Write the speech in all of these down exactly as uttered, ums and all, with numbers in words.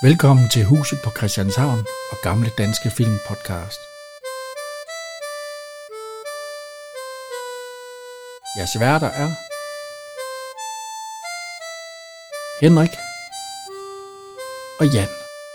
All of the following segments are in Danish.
Velkommen til Huset på Christianshavn og Gamle Danske Film Podcast. Jeres værter er Henrik og Jan.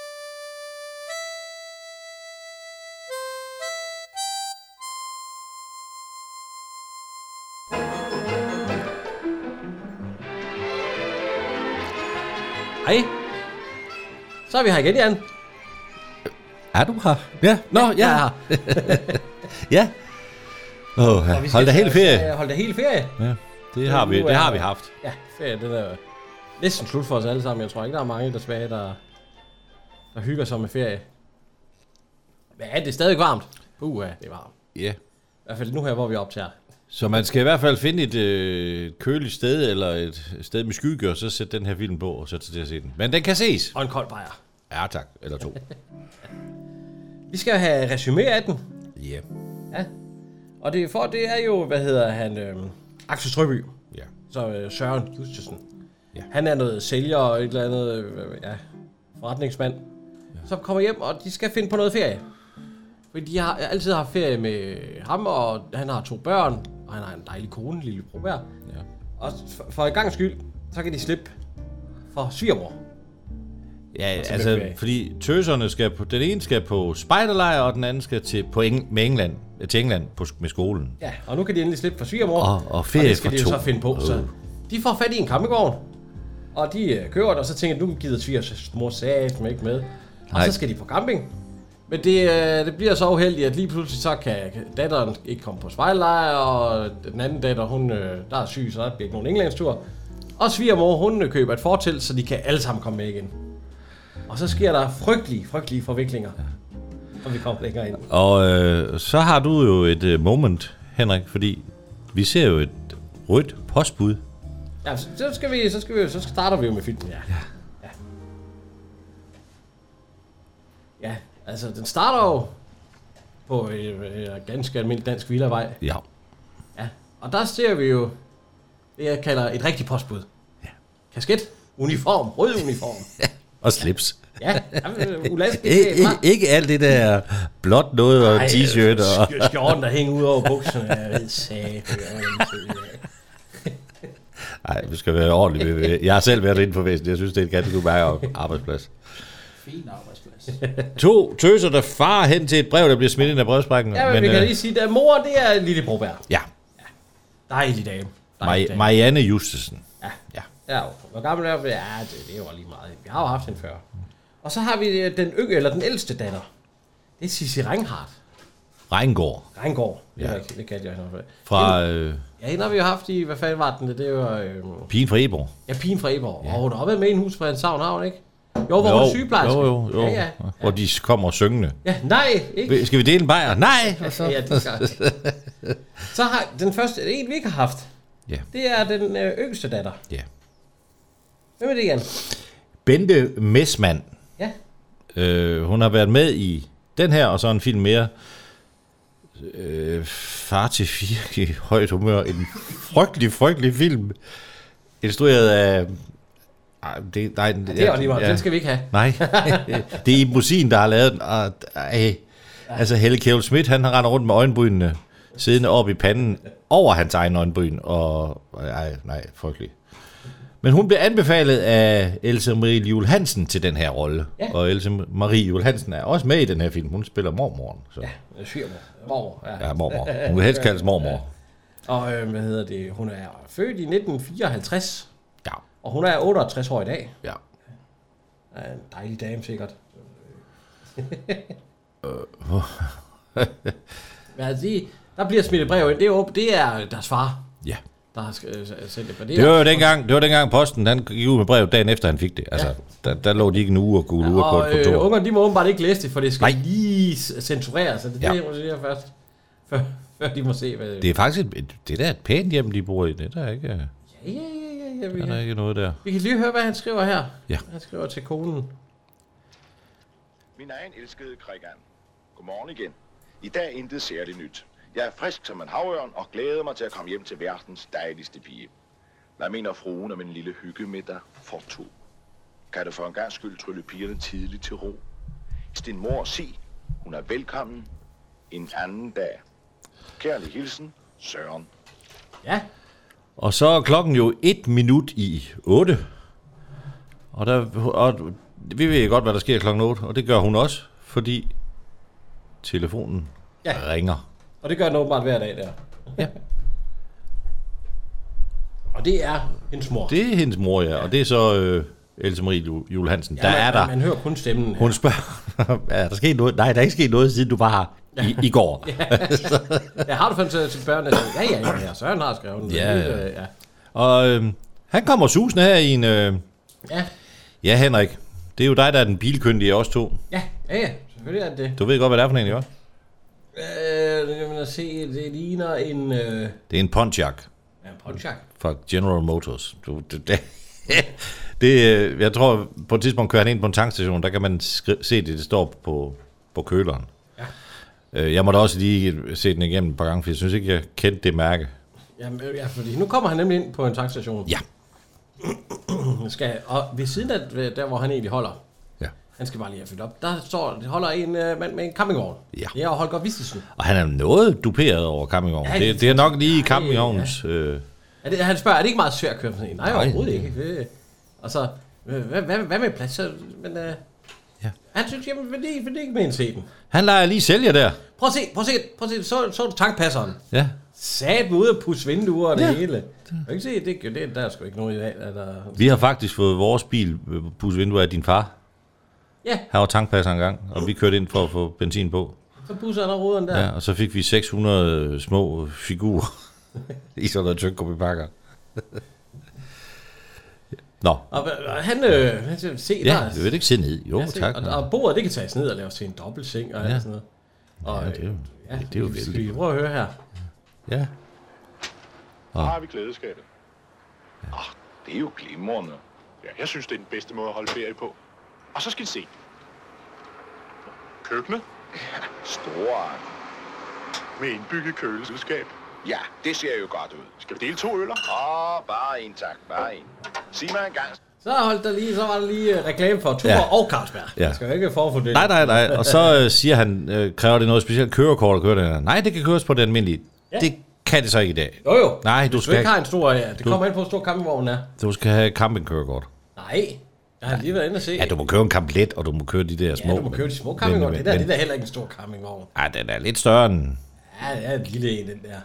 Hej. Så er vi her igen, Jan. Er du her? Ja. Nå, ja. Ja. Ja. Åh, ja. Hold da helt ferie. Hold da helt ferie. Ja, det har vi, det har vi haft. Ja, ferie, det er næsten slut for os alle sammen. Jeg tror ikke, der er mange, der tilbage, der, der hygger sig med ferie. Men ja, det er stadig varmt. Uh, det er varmt. Ja. I hvert fald nu her, hvor vi optager. Så man skal i hvert fald finde et øh, køligt sted, eller et sted med skygge, og så sætte den her film på, og så til at se den. Men den kan ses. Og en kold bajer. Ja, tak. Eller to. Vi skal have resumé af den. Ja. Ja. Og det, for, det er jo, hvad hedder han, øh, Axel Strøby. Ja. Så øh, Søren Justesen. Ja. Han er noget sælger og et eller andet, øh, ja, forretningsmand, ja. Som kommer hjem, og de skal finde på noget ferie. Fordi de har altid haft ferie med ham, og han har to børn, og han har en dejlig kone, Lille Broberg. Ja. Og for, for en gang skyld, så kan de slippe for svigermor. Ja, altså, fordi tøserne skal på, den ene skal på spejderlejr, og den anden skal til, på Eng, med England, til England på, med skolen. Ja, og nu kan de endelig slippe for svigermor. Og, og ferie og det skal for de to. så finde på. Uh. Så de får fat i en campingvogn, og de øh, kører der, og så tænker nu gider svigers mor sat mig ikke med. Og Nej. så skal de på camping. Men det, øh, det bliver så uheldigt, at lige pludselig så kan datteren ikke komme på spejderlejr, og den anden datter, hun øh, der er syg, så der bliver ikke nogen englandstur. Og svigermor, hun øh, køber et fortelt, så de kan alle sammen komme med igen. Og så sker der frygtelige, frygtelige forviklinger, ja. Og vi kommer længere ind. Og øh, så har du jo et øh, moment, Henrik, fordi vi ser jo et rødt postbud. Ja, så skal vi, så skal vi, så starter vi jo med filmen, ja. Ja. Ja, ja altså den starter jo på øh, øh, ganske almindelig dansk villavej. Ja. Ja, og der ser vi jo det, jeg kalder et rigtigt postbud. Ja. Kasket, uniform, rød uniform. Og slips. Ja, ulaskeligt. Ik- ikke, ikke alt det der blåt noget og Ej, t-shirt og... sk- skjorten, der hænger ud over bukserne. Jeg ved sag. Nej, vi skal være ordentligt. Jeg har selv været inde på væsen. Jeg synes, det er en ganske udmærket arbejdsplads. Fin arbejdsplads. To tøser, der farer hen til et brev, der bliver smidt ind af brevsprækken. Ja, men, men vi kan øh, lige sige, at mor, det er Lille Broberg. Ja, Dejlig dame. Dejlig Mari- dame. Marianne Justesen. Ja. Ja. Ja, hvor gammel er vi? Ja, det, det er jo lige meget. Vi har jo haft hende før. Og så har vi den yngre, eller den ældste datter. Det er Sissi Ringhardt. Reingård. Reingård. Det, Ja. ja. det kan jeg nok. Fra øh, Ja, hende har vi jo haft i, hvad fanden var den? Det var øh, Pigen fra Eborg. ja, pigen fra Eborg. Ja. Og hun har været med i en hus på hans savn, har hun ikke? Jo, hvor Jo, hun er sygeplejerske. Jo, jo, jo. Ja, ja. Hvor de kommer syngende. Ja, nej, ikke? Skal vi dele en bajer? Nej! Ja, det skal. Så har den første, en vi ikke har haft, Ja. det er den øh, yngste datter. Ja. Hvem er det, Jan? Bente Messmann. Ja. Øh, hun har været med i den her, og så en film mere. Øh, Far til fire i højt humør. En frygtelig, frygtelig film. Instrueret af... Ej, det, nej, Ja, det er jo lige meget. Den skal vi ikke have. Nej, det er Iben Musin, der har lavet den. Og, ej, altså Helle Kjævel Schmidt, han har rendt rundt med øjenbrynene siddende op i panden over hans egen øjenbryn. Og, ej, nej, frygtelig. Men hun blev anbefalet af Else Marie Juel Hansen til den her rolle. Ja. Og Else Marie Juel Hansen er også med i den her film. Hun spiller mormoren. Så. Ja, svigermor. Mormor. Ja. Ja, mormor. Hun vil helst kaldes mormor. Og øh, hvad hedder det? Hun er født i nitten fireoghalvtreds. Ja. Og hun er otteogtres år i dag. Ja. Er en dejlig dame, sikkert. Men altså, de, der bliver smidt et brev ind. Det er, jo, det er deres far, Ja. der har sk- sendt det. Men det, Det er- var jo dengang, det var dengang posten, den gik ud med brevet dagen efter, han fik det. Altså, Ja. der, der lå de ikke en uge og gule uger på Og et kontor. øh, ungerne, de må åbenbart ikke læse det, for det skal Nej. lige s- censureres. Så det er Ja. det, jeg må sige først. Før, før de må se, hvad... Det er faktisk et, det der er et pænt hjem, de bor i. Det der er ikke, Ja, ja, ja, ja, ja, vi, der er ikke noget der. vi kan lige høre, hvad han skriver her. Ja. Han skriver til konen. Min egen elskede Krigan. Godmorgen igen. I dag intet særligt nyt. Jeg er frisk som en havørn og glæder mig til at komme hjem til verdens dejligste pige. Hvad mener fruen om en lille hyggemiddag for to? kan det for en gang skyld trylle pigerne tidligt til ro. Stin mor, sig, hun er velkommen en anden dag. Kærlig hilsen, Søren. Ja. Og så er klokken jo et minut i otte. Og, der, og vi ved godt, hvad der sker klokken otte, og det gør hun også, fordi telefonen ja. ringer. Og det gør den åbenbart hver dag der. Ja. Og det er hendes mor. Det er hendes mor, ja. Og det er så øh, Else Marie Juel Hansen. Ja, der man, er der. Man hører kun stemmen her. Hun spørger, er der sket noget? Nej, der er ikke sket noget, siden du var her i, i går. Ja, har du fundet til børnene? Ja, ja, ja, ja. Søren har skrevet den. Ja, ja. ja. Og øh, han kommer susende her i en... Øh, ja. Ja, Henrik. Det er jo dig, der er den bilkyndige af os to. Ja, ja, ja. Selvfølgelig er det det. Du ved godt, hvad det er for en, ikke? Øh, jeg vil se, det ligner en... Øh... Det er en Pontiac. Ja, en Pontiac. Fra General Motors. Du, det, det, det, jeg tror, på et tidspunkt kører han ind på en tankstation, der kan man skri- se det, det står på, på køleren. Ja. Jeg måtte også lige se den igennem et par gange, for jeg synes ikke, jeg kendte det mærke. Jamen, ja, fordi nu kommer han nemlig ind på en tankstation. Ja. Skal, og ved siden af der, hvor han egentlig holder, ja. han skal bare lige have fyldt op, der står, det holder en uh, mand med en campingvogn. Ja. Det er Holger Vistesen. Og han er noget duperet over campingvognen. Ja, det, det er nok lige campingvognens... Ja. Øh... Er det, han spørger, er det ikke meget svært at køre på sådan en? Nej, Nej overhovedet ikke. Det, og så, hvad, hvad, hvad med plads? Men, uh, ja. Han synes, jamen, fordi, fordi ikke med en se den. Han lader lige sælge der. Prøv at se, prøv at se, prøv at se, så, så du tankpasseren. Ja. Sat ud og pusse vinduer og det ja. hele. Jeg kan ikke se, det, det, der er sgu ikke noget i dag. Der... Vi har faktisk fået vores bil pusse vinduer af din far. Ja. Han var tankpasser en gang, og vi kørte ind for at få benzin på. Så pusser han og ruderen der. Ja, og så fik vi seks hundrede små figurer i sådan noget tyggegummipakker. Nå. Og han, øh, han siger, se ja, der. Ja, det vil ikke se ned. Jo, ja, se, tak. Og, og bordet, det kan tages ned og laves til en dobbeltseng og ja. alt sådan noget. Og, ja, det er jo, ja, det er jo vildt. Skal vi prøve at høre her? Ja. Så har vi klædeskabet. Ja. Ah, det er jo glimrende. Ja, jeg synes, det er den bedste måde at holde ferie på. Og så skal I se. Køkkenet. Ja, store. Med indbygget køleskab. Ja, det ser jo godt ud. Skal vi dele to øller? Åh, oh, bare en tak, bare en. Sig mig en gang. Så holdt der lige, så var der lige reklame for Thor ja. og Carlsberg. Ja. Jeg skal jo ikke forfå det. Nej, nej, nej. Og så øh, siger han, øh, kræver det noget specielt kørekort at køre den? Nej, det kan køres på den almindelige. Ja. Det kan det så ikke i dag. Jo jo. Nej, du Hvis skal du ikke har en stor, ja, det du, kommer ind på, hvor stor campingvognen er. Du skal have campingkørekort. Nej, jeg har lige været inde og se. Ja, du må køre en kamplet, og du må køre de der små. Ja, du må køre de små campingvogne. Det der, det der er heller ikke en stor campingvogn. Nej, den er lidt større end... Ja, det er en lille en, den der.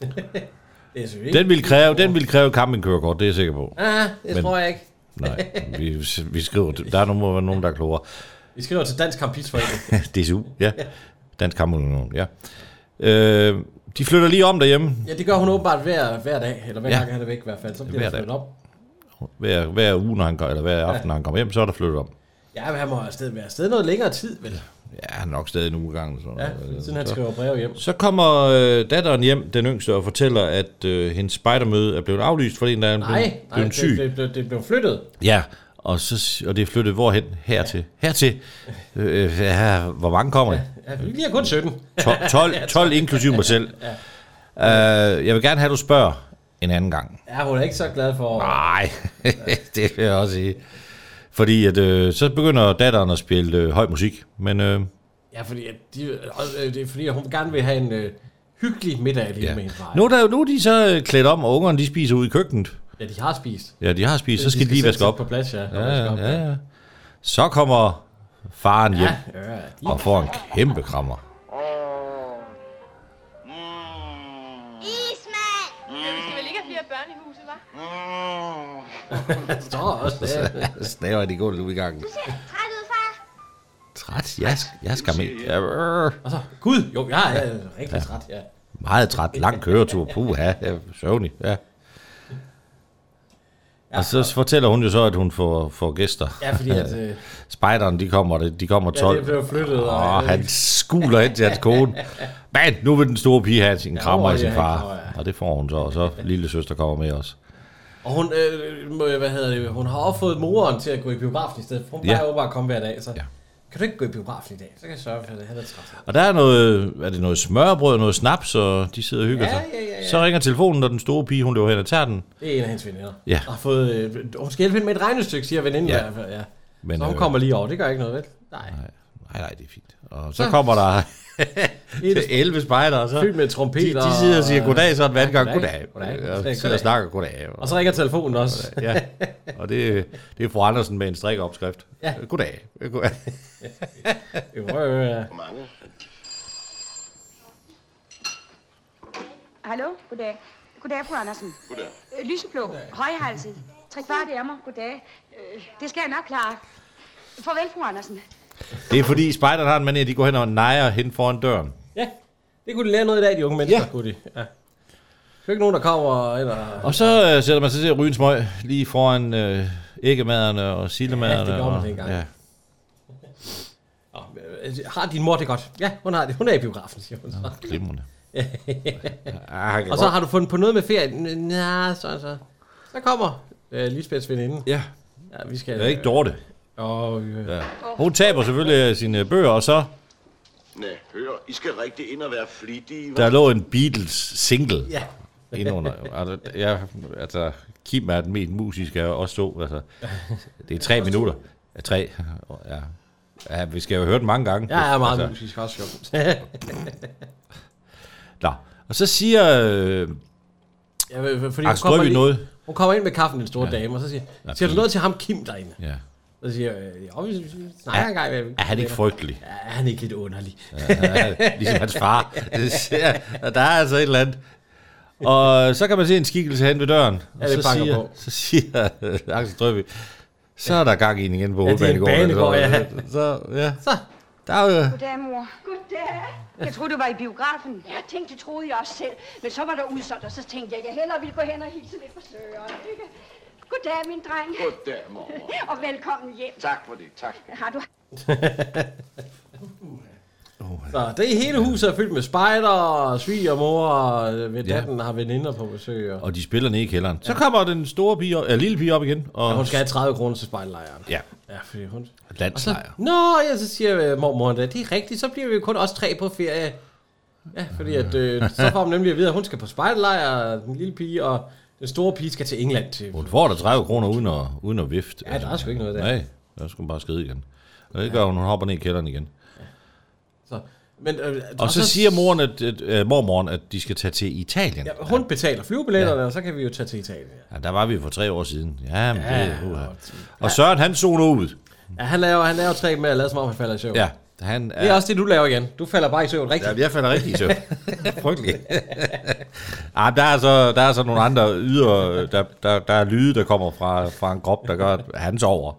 Den vil kræve, den vil kræve campingkørekort, det er jeg sikker på. Ja, det Men, tror jeg ikke. Nej, vi, vi skriver, der er nogen, nogen der er klogere. Vi skriver til Dansk Campistforening. D S U, ja. Dansk Campingunion, ja. Øh, de flytter lige om derhjemme. Ja, det gør hun åbenbart hver, hver dag, eller hver ja. gang han er væk i hvert fald, så bliver der flyttet op. Hver, hver uge, når han, eller hver aften, ja. når han kommer hjem, så er der flyttet om. Ja, men han må afsted, være afsted noget længere tid, vel? Ja, han er nok stadig en uge gang. Så, ja, siden han skriver brev hjem. Så kommer øh, datteren hjem, den yngste, og fortæller, at øh, hendes spejdermøde er blevet aflyst, fordi der er nej, blevet, nej, blevet syg. Det, det, det blev flyttet. Ja, og, så, og det er flyttet hvorhen? Hertil. Ja. Hertil. Øh, ja, hvor mange kommer det? Ja, ja, vi er kun sytten. tolv, tolv inklusive mig selv. Ja. Uh, jeg vil gerne have, at du spørger en anden gang. Ja, hun er ikke så glad for... Nej, det vil jeg også sige. Fordi at, øh, så begynder datteren at spille øh, høj musik, men... Øh, ja, fordi, at de, øh, det er fordi, at hun gerne vil have en øh, hyggelig middag lige ja. med hendes nu, der, nu er de så øh, klædt om, og ungerne de spiser ude i køkkenet. Ja, de har spist. Ja, de har spist, så skal de lige vaske op. på plads, ja. Ja, ja, op, ja, ja. Så kommer faren hjem, ja, ja, de... og får en kæmpe krammer. Børn i huset, hva'? Det står også der. Snaver de gulvet ud i gangen. Du ser træt ud, far. Træt? Jeg, jeg skal med. Ja. Og så, gud, jo, jeg er rigtig ja. træt, ja. Meget træt. Lang køretur. Puh, ja. Jeg er søvnig, ja. Og så fortæller hun jo så, at hun får, får gæster. Ja, fordi at... Øh... Spejderen, de kommer, de kommer tolv. Ja, det bliver flyttet. Og, og han skuler ind til hans kone. Men nu vil den store pige have sin ja, krammer i sin far. Krammer, ja. Og det får hun så, og så lille søster kommer med os. Og hun, øh, hvad hedder det, hun har også fået moren til at gå i biografen i stedet. Hun plejer jo bare at komme hver dag, så... Ja. kan du ikke gå i biografen i dag? Så kan jeg sørge for, at han er træt. Og der er noget, er det noget smørbrød, noget snaps, og de sidder og hygger Ja, sig. ja, ja, ja. Så ringer telefonen, og den store pige, hun løber hen og tager den. Det er en af hendes veninder. Ja. Har fået, øh, hun skal hjælpe hende med et regnestykke, siger veninden. Ja. I hvert fald, ja. Men, Så hun øh, kommer lige over. Det gør ikke noget, vel? Nej. Nej, nej, det er fint. Og så kommer der elleve spejder, og så Fyldt med de, trompeter. de sidder og siger goddag, så en hver gang goddag, goddag. goddag. Og Goddag. sidder og snakker goddag. Og så ringer telefonen også. Ja, og det, det er fru Andersen med en strikopskrift. Ja. Goddag. Goddag. Øh, Hallo, goddag. Goddag, fru Andersen. Goddag. Øh, lyseblå, højhalset, tre kvart ærmer, goddag. Øh, det skal jeg nok klare. Farvel, fru Andersen. Det er fordi spejderne har en mani, at de går hen og nejer hen foran døren. ja, det kunne de lære noget i dag, de unge mennesker, Ja. kunne de. Ja. Der er ikke nogen, der kommer eller... Og så øh, sætter man sig til at ryge en smøg lige foran øh, æggemaderne og sildemaderne. Ja, det gjorde man og, dengang. ja. Nå, øh, har din mor det godt? Ja, hun har det. Hun er i biografen, siger hun så. Glimrende. Og så har du fundet på noget med ferien? Nej, så, så. Så kommer øh, Lisbeths veninde. Ja, Ja, vi skal... det er ikke Dorte. Og, øh, Ja. Hun taber selvfølgelig sine bøger, og så Nej, hør, I skal rigtig ind og være flittige. der lå en Beatles single ja. indenunder. Altså, ja, altså, Kim er den mest musiske også så. Altså, det er tre minutter. Ja, tre. Ja. Ja, vi skal jo høre den mange gange. Jeg er meget altså, musisk også, jo. Nå, og så siger øh, Ja, fordi hun Axel kommer, Strøby lige, noget. hun kommer ind med kaffen, den store Ja. dame, og så siger, Ja, siger du fint. noget til ham Kim derinde? Ja. Så siger jeg, ja, vi snakker engang. med- Er han ikke frygtelig? Ja, er han ikke lidt underlig? Ja, ligesom hans far. Det ser, og der er altså et eller andet. Og så kan man se en skikkelse hen ved døren. Ja, Og det så banker siger, på. så siger øh, Axel Strøby, så er der gang i den igen på Ja, det er en hovedbanegården. banegård, ja. Så, ja. Så. Der er jo... Goddag, mor. Goddag. Jeg troede, du var i biografen. Jeg tænkte, det troede jeg også selv. Men så var der udsolgt, og så tænkte jeg, at jeg hellere ville gå hen og hilse lidt på Søren. Ikke? Goddag, min dreng. Goddag, mor. Og velkommen hjem. Tak for det, tak. Har du... Så det hele huset er fyldt med spejder og svigermor, og ved Ja. datten har veninder på besøg. Og Og de spiller ned i kælderen. Så kommer den store pige, op, øh, lille pige op igen. Og ja, hun skal have tredive kroner til spejllejren. Ja, Ja, fordi hun... Og så, landslejr. nå, ja, så siger øh, mormoren, at det er rigtigt, så bliver vi jo kun os tre på ferie. Ja, fordi at, øh, så får hun nemlig at vide, at hun skal på spejllejr, den lille pige, og den store pige skal til England til... Hun får da tredive kroner uden at, uden at vifte. Ja, der er sgu ikke noget der. Nej, der skal hun bare skride igen. Og det gør hun, hun hopper ned i kælderen igen. Så, men, øh, Og så siger moren, at, at, at, mormoren, at de skal tage til Italien. Ja, hun betaler flyvebilletterne, og så kan vi jo tage til Italien. Ja. Ja, der var vi jo for tre år siden. Ja, men Ja, det, uh, og- og Søren, han zoner ud. Ja, han laver, han laver træk med at lade som om, han falder i søvn. Ja, han er... Det er også det, du laver igen. Du falder bare i søvn rigtigt. Ja, jeg falder rigtig i søvn. Frygteligt. Ah, der, er så, der er så nogle andre yder, der, der, der er lyde, der kommer fra, fra en krop, der gør, at han sover.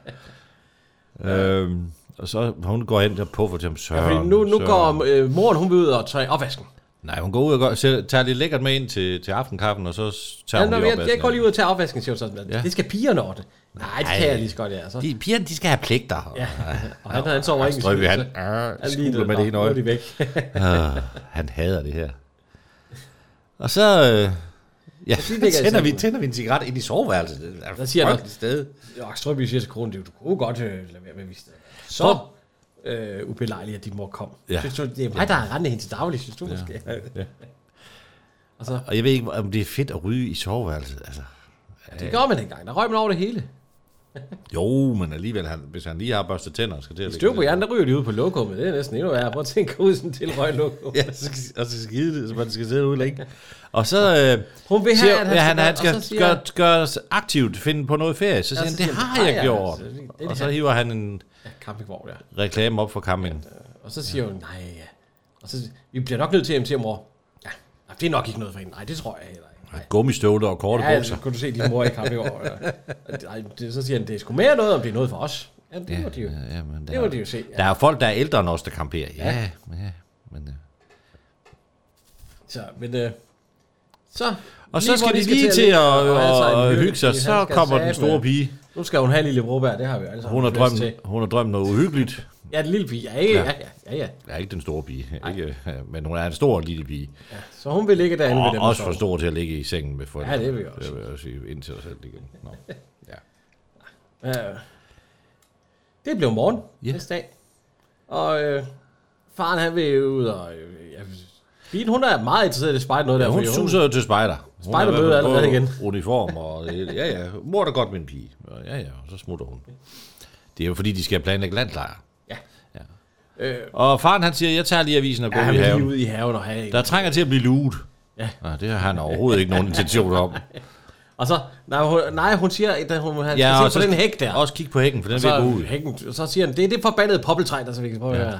øhm, og så hun går hen og puffer til ham, Søren. Ja, fordi nu, nu Søren. går øh, moren, hun vil ud og træde opvasken. Nej, hun går ud og går, så tager lidt lækkert med ind til, til aftenkaffen, og så tager Ja, hun når lige jeg, op. jeg går lige ud og tager opvasken, siger hun så. Ja. Det skal pigerne ordne. Nej, det Nej. kan jeg lige så godt, ja. Så, De, pigerne, de skal have pligter. ja. Og han, han sover ikke. Strøby, han, så- øh, han skuler med det ene Nu er øje. de væk. Øh, han hader det her. Og så... Øh, ja, så ligger i tænder vi, sengen. tænder vi en cigaret ind i soveværelset. Det er Der siger et han frygteligt sted. Ja, Strøby siger til konen, du kunne godt øh, lade være med at vise det. Så øh, ubelejligt, at din mor kom. Ja. Synes du, det er mig, der har rendt hende til daglig, synes du måske? Ja. Og så, Og jeg ved ikke, om det er fedt at ryge i soveværelset. Altså, det gør man dengang. Der røg man over det hele. jo, men alligevel, han, hvis han lige har børstet tænder, skal til at Støv på hjernen, der ryger de ud på lokummet. Det er næsten endnu værre. Prøv at tænke ud sådan til røg lokum. Ja, så, og så skide det, så man skal sidde ude længe. Og så øh, Hun vil have, siger, at han ja, skal han, gøre- han og skal så siger- gøre, gøre os aktivt, finde på noget ferie. Så siger Ja, han, så det siger han, har det har jeg jeg, gjort. altså. Det er det Og så her. hiver han en Ja, campingvogn, ja. reklame op for camping. Og så siger hun, nej, ja. Og så vi bliver nok nødt til at invitere mor. Ja, nej, det er nok ikke noget for hende. Nej, det tror jeg heller ikke. Nej. Gummistøvler og korte Ja, bukser. så kunne du se din mor i campingvogn. Ja. Nej, det, så siger han, det er sgu mere noget, om det er noget for os. Ja, det må de jo, Ja, men der, det må de jo se. der Ja. er folk, der er ældre end os, der camperer. Ja, ja, ja men... Øh. Så, men øh, så... Og lige så hvor skal de de lige til ligge at, og have sig en at hygge, hygge sig, han så skal kommer den satme- store pige. Nu skal hun have lille Broberg, det har vi jo alle sammen. Hun har lyst drømt, til. hun har drømt noget uhyggeligt. Ja, den lille pige. Ja, ja, ja. ja, ja. Ja, ikke den store pige, ikke, øh, men hun er en stor lille pige. Så hun vil ligge derinde ved Og dem. også og for sove. stor til at ligge i sengen med forældre. Ja, det vil jeg også. Det vil jeg også sige, indtil dig selv igen. Nå. Ja. Ja. Det blev morgen Ja. næste dag. Og øh, faren, han vil ud, og øh, ja, Fien, hun er meget interesseret i spejder noget Ja, der. hun fordi suser jo til spejder. Spejdermøde allerede igen. Uniform, og det, ja, ja, mor er godt med en pige. Og ja, ja, og så smutter hun. Det er jo fordi, de skal planlægge landlejr. Ja. ja. Øh, og faren, han siger, jeg tager lige avisen og går ja, ud i haven. lige ud i haven og have Der trænger til at blive luet. Ja. ja. Det har han overhovedet ikke nogen intention om. Og så, nej, hun, nej, hun siger, at hun, han ja, skal se på den hæk der. Også kigge på hækken, for den så, vil gå ud. Hækken, så siger han, det er det forbandede poppeltræ, der så vi kan prøve ja.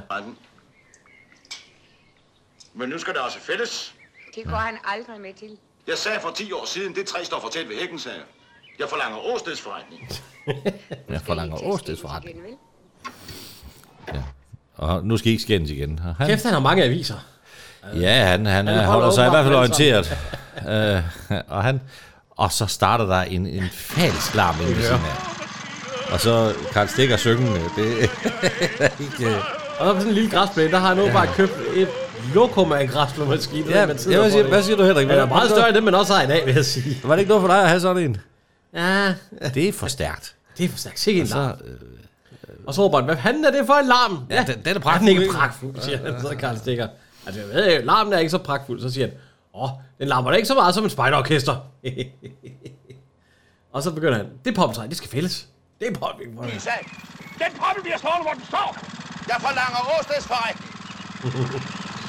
Men nu skal det også fælles. Det går han aldrig med til. Jeg sagde for ti år siden, det træ står fortalt ved hækken, sagde jeg. Jeg forlanger åstedsforretning. Jeg forlanger åstedsforretning. Ja. Og nu skal I ikke skændes igen. Han... Kæft, han har mange aviser. Ja, han, han, han holder sig i hvert fald orienteret. uh, og han... Og så starter der en, en falsk larm inde ved siden af. Og så Karl Stikker syngende. Det er ikke... Og der er sådan en lille græsplæne, der har han ja. bare købt et lokum af en græsslåmaskine. Ja, man ja hvad, siger, hvad siger du, Henrik? Det er meget større end det, man også har i dag, vil jeg sige. Var det ikke noget for dig at have sådan en? Ja. Det er for stærkt. Det er for stærkt. Sikke en så, larm. Øh, og så råber han, hvad fanden er det for en larm? Ja, den, den er pragtfuld. Den er ikke pragtfuld, siger han. Så Karl Stikker. Altså, jeg ved, larmen er ikke så pragtfuld. Så siger han, åh, den larmer da ikke så meget som en spejderorkester. Og så begynder han, det poppeltræ, det skal fælles. Det er poppel. Min sag. Den poppel bliver stående, hvor den står. Jeg forlanger åstedsforretning.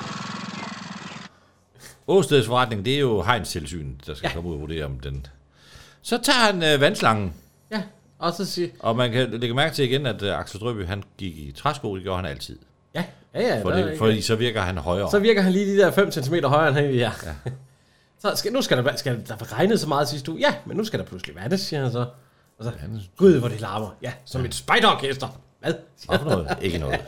Åstedsforretning, det er jo Hegnstilsyn, der skal ja. komme ud og vurdere om den. Så tager han øh, vandslangen. Ja, og så siger... Og man kan lægge mærke til igen, at øh, Axel Drøby, han gik i træsko, det gjorde han altid. Ja, ja, ja. For det, fordi så virker han højere. Så virker han lige de der fem centimeter højere end han ja. ja. Så skal, nu skal der, skal der regnet så meget sidste uge. Ja, men nu skal der pludselig vandes, siger han så. Og så, gud, hvor det larmer. Ja, som ja. et spejderorkester. Hvad? Hvorfor noget? Ikke noget.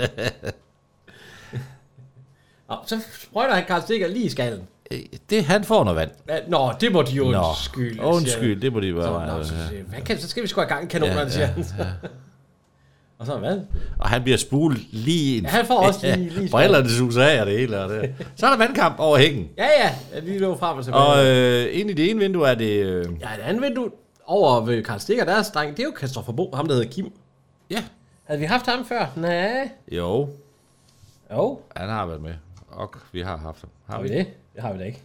Og så sprøjter han Karl Stikker lige i skallen. Det, han får noget vand. Nå, det må de jo undskylde. Undskyld, det må de bare... Så, nå, så, hvad kan, så skal vi sgu have gang i kanonerne, ja, siger han. Ja, ja. Og så hvad? Og han bliver spulet lige ind. Ja, han får også lige... lige brillerne suser af og det hele. Og det. Så er der vandkamp over hækken. Ja, ja. Jeg lige lå frem og tilbage. Og øh, ind i det ene vindue er det... Øh... Ja, det andet vindue over ved Karl Stikker, der er streng. Det er jo Kristoffer Bo, ham der hedder Kim. Ja. Havde vi haft ham før? Nej. Jo. Jo. Han har været med. Og vi har haft ham. Har, har vi det? Det har vi da ikke.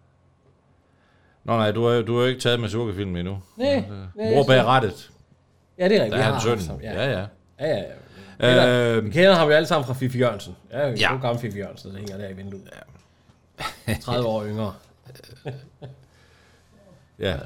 Nå nej, du har du jo ikke taget med Sukkerfilm endnu. Nej. Mor bag rettet. Ja, det er rigtigt. Der er han søn. Ja, ja. Ja, ja. ja. Øh, vi kender ham jo alle sammen fra Fifi Jørgensen. Ja, vi ja. gammel Fifi Jørgensen, der hænger der i vinduet. Ja. tredive år yngre. Ja.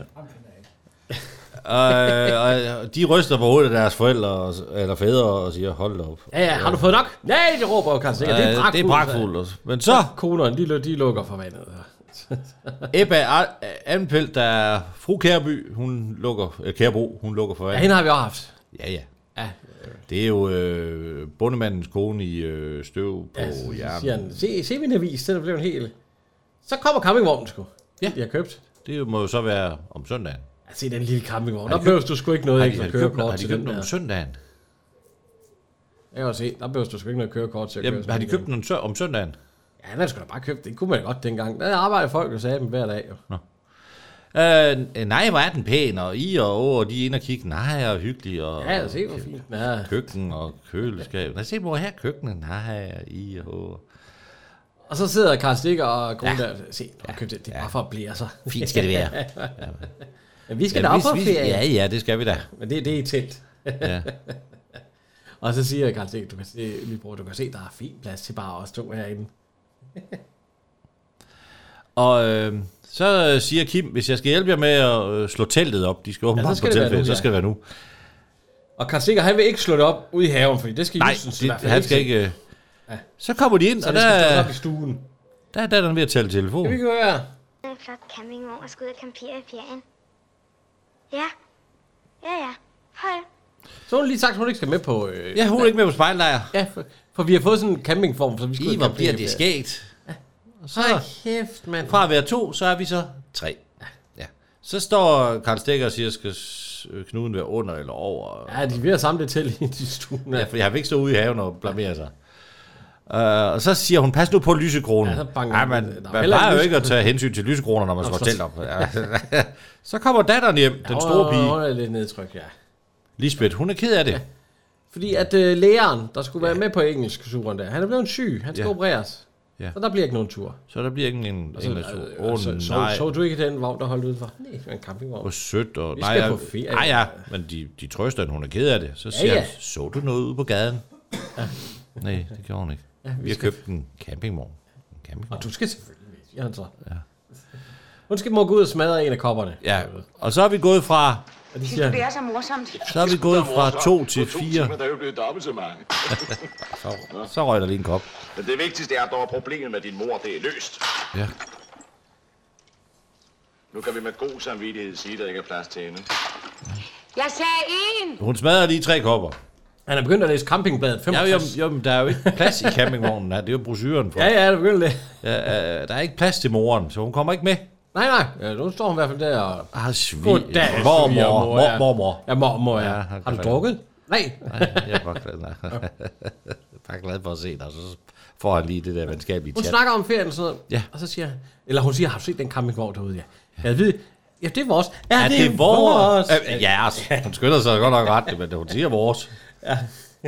og, og de ryster på hovedet af deres forældre eller fædre og siger, hold da op. Ja, ja, har du fået nok? Nej, det råber jo kanskje. Det er pragtfuldt. Det er pragtfuldt. Men så... Konerne, de, de lukker for vandet. Ebba Anfeldt, der er fru Kærby, hun lukker, øh, Kærbro, hun lukker for vandet. Ja, hende har vi også haft. Ja, ja. Ja. Det er jo øh, bondemandens kone i øh, støv på ja, hjernen. Siger han, se, se min avis, det er blevet helt... Så kommer campingvognen sgu. Ja. De har købt. Det må jo så være om søndagen. Ja, se den lille campingvogn. Der behøver du sgu ikke noget ekstra kørekort til den der. Har de købt den om søndagen? Jeg kan se, der behøver du sgu ikke noget kørekort til at Jamen, køre. har de købt den om søndagen? Ja, den er sgu da bare købt. Det kunne man godt dengang. Der arbejder folk jo sagde dem hver dag jo. Nå. Øh, nej, hvor er den pæn, og I og Å, og de er inde og kigge, nej, og hyggelig, og... Ja, se hvor fint. Ja. Køkken og køleskab. Nej, se, hvor her køkkenet, nej, og I og Å. Og så sidder Karl Stikker og Grund ja. der, se, ja. købt det, det er bare ja. for at blive så. Fint skal det være. ja. Ja, vi skal ja, da op på ferie. Ja, ja, det skal vi da. Men det, det er i telt. ja. Og så siger Karl Stikker, du kan se, Lillebror, du kan se, der er fint plads til bare os to herinde. og øh, så siger Kim, hvis jeg skal hjælpe jer med at øh, slå teltet op, de skal åbne ja, på teltet, så skal det være nu. Og Karl Stikker, han vil ikke slå det op ude i haven, fordi det skal Nej, Justens, det, han skal ikke... Øh, ja. Så kommer de ind, så og der... Så det skal op i stuen. Der, der er den ved at tale telefon. Kan vi gøre? En flot campingvogn og skal ud og campere i ferien. Ja. Ja, ja. Hej. Så hun lige sagt, at hun ikke skal med på... Øh, ja, hun er ikke med på spejllejr. Ja, for, for vi har fået sådan en campingform, så vi skal I, hvor bliver det skægt. Ja. Og så Ej, kæft, mand. Fra at være to, så er vi så tre. Ja. Ja. Så står Karl Stikker og siger, skal knuden være under eller over. Ja, de er ved at samle det til i de stuen. Ja, for jeg har ikke stå ude i haven og blamere sig. Uh, og så siger hun, pas nu på lysekronen. Ja, Nej, man, man plejer jo ikke at tage hensyn til lysekroner, når man skal tælle op. Så kommer datteren hjem, den store pige. Hun er lidt nedtryk, ja. Lisbeth, hun er ked af det. Ja. Fordi at øh, læreren, der skulle være ja. med på engelsk-turen der, han er blevet syg. Han skal ja. opereres. Ja. Så der bliver ikke nogen tur. Så der bliver ikke en engelsk-tur. Åh, oh, så, så, så du ikke den vogn, der holdt udenfor? Nej, det var en campingvogn. Hvor sødt. Og, vi skal nej, på ferie. Nej, ja, men de, de trøster, at hun er ked af det. Så siger ja, ja. han, så du noget ude på gaden? Ja. Nej, det gjorde hun ikke. Ja, vi, vi har skal... købt en campingvogn. en campingvogn. Og du skal selvfølgelig med, siger han så. Ja. Hun skal må gå ud og smadre en af kopperne. Ja, og så er vi gået fra... Og de siger, det er så morsomt. Så er vi gået fra to til fire. To timer, der er jo blevet dobbelt så mange. så, så røg der lige en kop. Men det vigtigste er, at der er problemet med din mor, det er løst. Ja. Nu kan vi med god samvittighed sige, at der ikke er plads til hende. Jeg sagde en! Hun smadrer lige tre kopper. Han er begyndt at læse campingbladet femogtres. Ja, jo, jo, der er jo ikke plads i campingvognen. Det er jo brochuren for. Ja, ja, det er begyndt det. Ja, der er ikke plads til moren, så hun kommer ikke med. Nej, nej. Ja, nu står hun i hvert fald der og... Ah, svig. Goddag, mormor. Mor, ja. Mormor. Ja, mormor, ja. ja har du drukket? Nej. Nej, jeg er bare glad. Nej. Jeg er bare glad for at se dig, så får han lige det der venskabelige chat. Hun snakker om ferien og sådan noget, ja. Og så siger eller hun siger, har du set den campingvogn derude? Ja. Jeg ved, ja, det er vores. Ja, ja det, det er vores. vores. Ja, altså, hun skynder sig godt nok ret, men hun siger vores. Ja.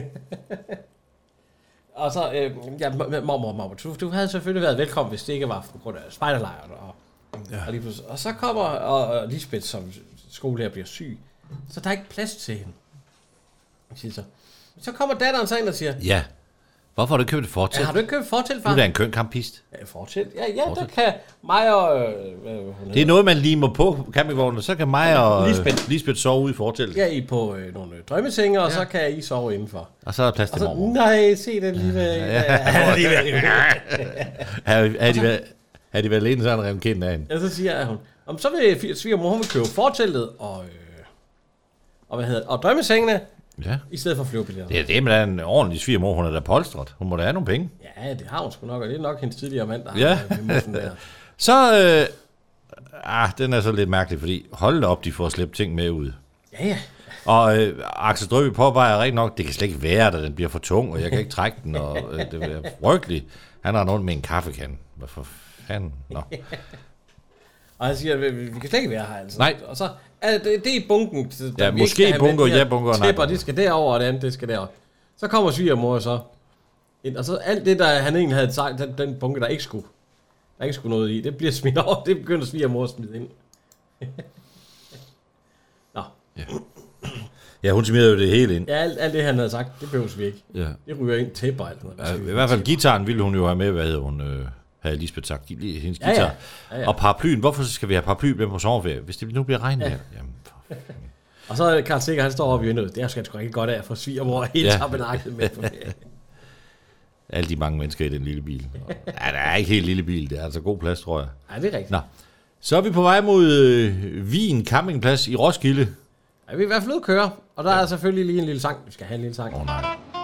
Og så, øh, ja, mormor, mormor, du, du havde selvfølgelig været velkommen, hvis det ikke var på grund af spejderlejren. Og, ja. og, lige og så kommer og, og Lisbeth, som skolelærer, bliver syg. Så der er ikke plads til hende. Så. så kommer datteren så ind og siger, ja, hvorfor har du købt et fortelt? Ja, har du ikke købt et fortelt, far? Du er da en køn campist. Ja, fortelt. Ja, ja, fortelt. Der kan mig og... Øh, det er noget, man limer på campingvognen, så kan mig og Lisbeth, Lisbeth sove ude i forteltet. Ja, I på øh, nogle drømmesenge, og ja. så kan I sove indenfor. Og så er der plads til mormor. Nej, se den lille... Ja, ja, ja. Har de været alene, så er han revet kendt af hende. Ja, så siger hun, om så vil svigermor, hun vil købe forteltet og, øh, og, hvad hedder, og drømmesengene, ja. i stedet for flyvebilletter. Det er det, men der er en ordentlig svigermor, hun er da polstret. Hun må da have nogle penge. Ja, det har hun sgu nok, og det er nok hendes tidligere mand, der ja. har musen der. Så, øh, ah, den er så lidt mærkelig, fordi hold da op, de får slæbt ting med ud. Ja, ja. Og øh, Axel Strøby påvejer rigtig nok, det kan slet ikke være, da den bliver for tung, og jeg kan ikke trække den, og øh, det bliver frygteligt. Han har noget med en kaffekande. Hvad for fanden? Nå. Og han siger, vi, vi kan slet ikke være her, altså. Nej. Og så er det, det er bunken. Der ja, måske bunker, ja, bunker. Tæpper, det skal derover, og det andet, det skal derover. Så kommer svigermor så ind, og så alt det, der han egentlig havde sagt, den, den bunke, der ikke skulle, der ikke skulle noget i, det bliver smidt over, det begynder svigermor at smide ind. Nå. Ja. Ja, hun smider jo det hele ind. Ja, alt, alt det, han havde sagt, det behøves vi ikke. Ja. Det ryger ind, tæpper alt noget. Ja, i hvert fald gitaren ville hun jo have med, hvad hedder hun, øh, havde Lisbeth sagt, hendes guitar. Ja, ja. Ja, ja. Og paraplyen, hvorfor skal vi have paraply med på sommerferie, hvis det nu bliver regn? Ja. Jamen, for og så er Karl Sikker, han står oppe i vinduet. Det er sgu ikke godt af at få svigermor hele ja. tabenakket med på ferie. Alle de mange mennesker i den lille bil. Ja, der er ikke helt lille bil, det er altså god plads, tror jeg. Ja, det er rigtigt. Nå. Så er vi på vej mod øh, Wien campingplads i Roskilde. Ja, vi er i hvert fald ude at køre, og der ja. er selvfølgelig lige en lille sang. Vi skal have en lille sang. Åh oh, nej.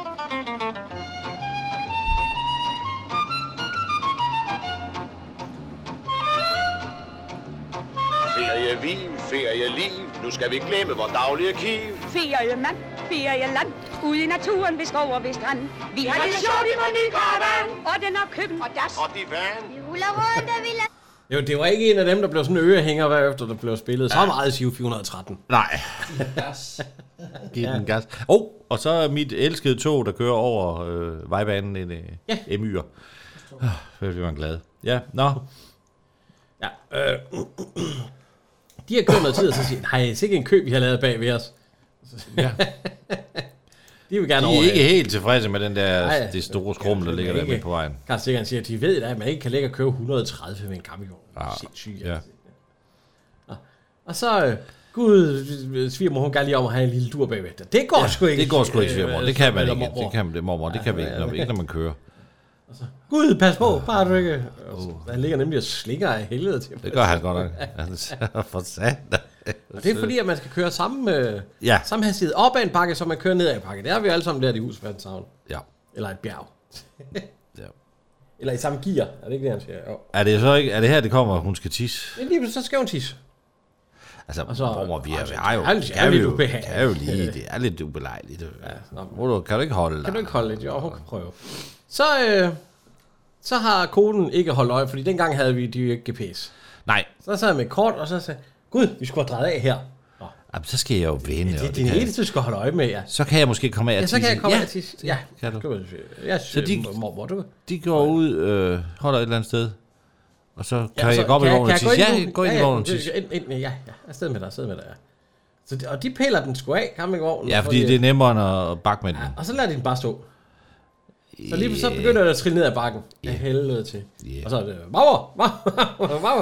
Ferie Wien, ferie liv, nu skal vi glemme vores daglige kiv. Feriemand, ferieland, ude i naturen ved skov og ved strand. Vi har det sjovt i Monikaravan, og den har køkken og das. Og divan. Vi ruller rundt, og vi lader... Jo, det var ikke en af dem, der blev sådan en ørehænger hver efter, der blev spillet. Så meget Siv fire hundrede og tretten. Nej. Gas. Giv den gas. Oh, og så er mit elskede tog, der kører over øh, vejbanen, en ja. emyr. Så bliver man glad. Ja, nå. Ja, øh. De har kørt noget tid, og så siger nej, det er ikke en kø, vi har lavet bag ved os. Ja. De vil gerne de er over, ikke ja. helt tilfredse med den der nej, det store skrum, der ligger der med på vejen. Karl Sikker siger, at de ved, at man ikke kan lægge og købe et hundrede og tredive med en campingvogn. Ah, sindssygt. Ja. Ja. Og så, øh, gud, svigermor, hun gerne lige om at have en lille dur bagved. Det går ja, sgu ikke. Det går sgu ikke, svigermor. Det kan man ikke. Det kan man, mormor. Det kan vi ikke, når, ikke, når man kører. Så, gud, pas på, bare du ikke. Uh. Han ligger nemlig og slinger af helvede til. Det gør han godt nok. For sat. Og det er fordi, at man skal køre samme, ja. samme hastighed op ad en bakke, som man kører ned ad en bakke. Det er vi alle sammen lært i Husmandshavn. Ja. Eller et bjerg. Ja. Eller i samme gear. Er det ikke det, han siger? Jo. Er det så ikke, er det her, det kommer, hun skal tisse? Ja, lige så skal hun tisse. Altså, så, mormor, vi er, vi har jo, kan, kan, vi jo, kan jo lige, det er lidt ubelejligt. Ja, du, kan du ikke holde Kan du ikke holde lidt? Jo, hun kan prøve. Så, øh, så har konen ikke holdt øje, fordi dengang havde vi de jo ikke G P S. Nej. Så sad jeg med kort, og så sagde gud, vi skulle have drejet af her. Nå. Jamen, så skal jeg jo vende. Det er det eneste, du skal holde øje med, ja. Så kan jeg måske komme af at Ja, så kan jeg komme af at tisse. Ja, kan du. Ja, så de, mormor, du. de går ud, øh, holder et eller andet sted, og så kan ja, så jeg gå op i kan, vognen og tisse. Ja, jeg går ind i vognen og tisse. Ja, ja, ja, afsted med dig, afsted med dig, ja. Så de, og de piller den sgu af, campingvognen. Ja, fordi det er nemmere end at bakke med den. Ja, og så lader de den bare stå. Så lige så begynder det at trille ned ad bakken. Ja, helvede til. Yeah. Og så er det, mamma, mamma, mamma.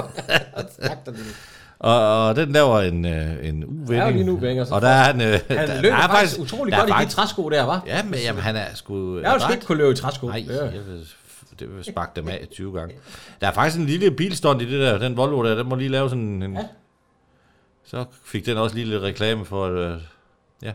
Og, og den laver en, øh, en uvending. Ja, lige nu vænger. Og der er han... Øh, han der, løber der faktisk utrolig godt faktisk, i de træsko der, hva'? Ja, men jamen, han er sgu... Jeg vil ikke kunne løbe i træsko. Nej, jeg vil, det vil sparke dem af tyve gange. Der er faktisk en lille bilstånd i det der, den Volvo der, den må lige lave sådan en... Ja. Så fik den også lige lidt reklame for, at... Øh, ja.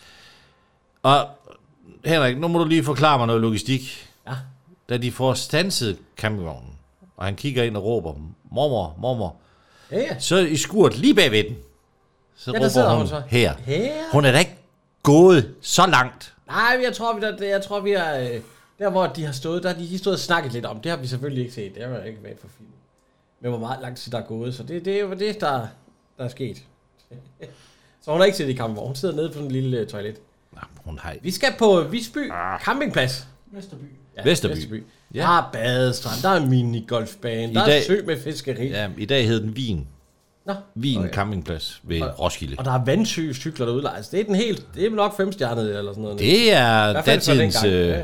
Og Henrik, nu må du lige forklare mig noget logistik. Ja. Da de får standset campingvognen, og han kigger ind og råber, mormor, mormor, ja, ja. så i skurt lige bagved den, så ja, råber hun, hun så. Her. her. Hun er da ikke gået så langt. Nej, jeg tror, vi, der, jeg tror, vi er... Der, hvor de har stået, der har de stået og snakket lidt om. Det har vi selvfølgelig ikke set. Det har vi ikke været for film. Men hvor meget lang tid der er gået. Så det, det er jo det, der, der er sket. Så hun har ikke set i campingvogn. Hun sidder nede på den lille uh, toilet. Nej, hun har... Vi skal på Visby ah. campingplads. Vesterby. Ja, Vesterby. Vesterby. Ja. Der er badestrand, der er minigolfbane, der dag, er sø med fiskeri. Ja, i dag hedder den Wien. Nå. Wien okay. campingplads ved og, Roskilde. Og der er vandsyge cykler derude. Altså, det er den helt, det er nok femstjernet eller sådan noget. Det er datidens... Øh, ja.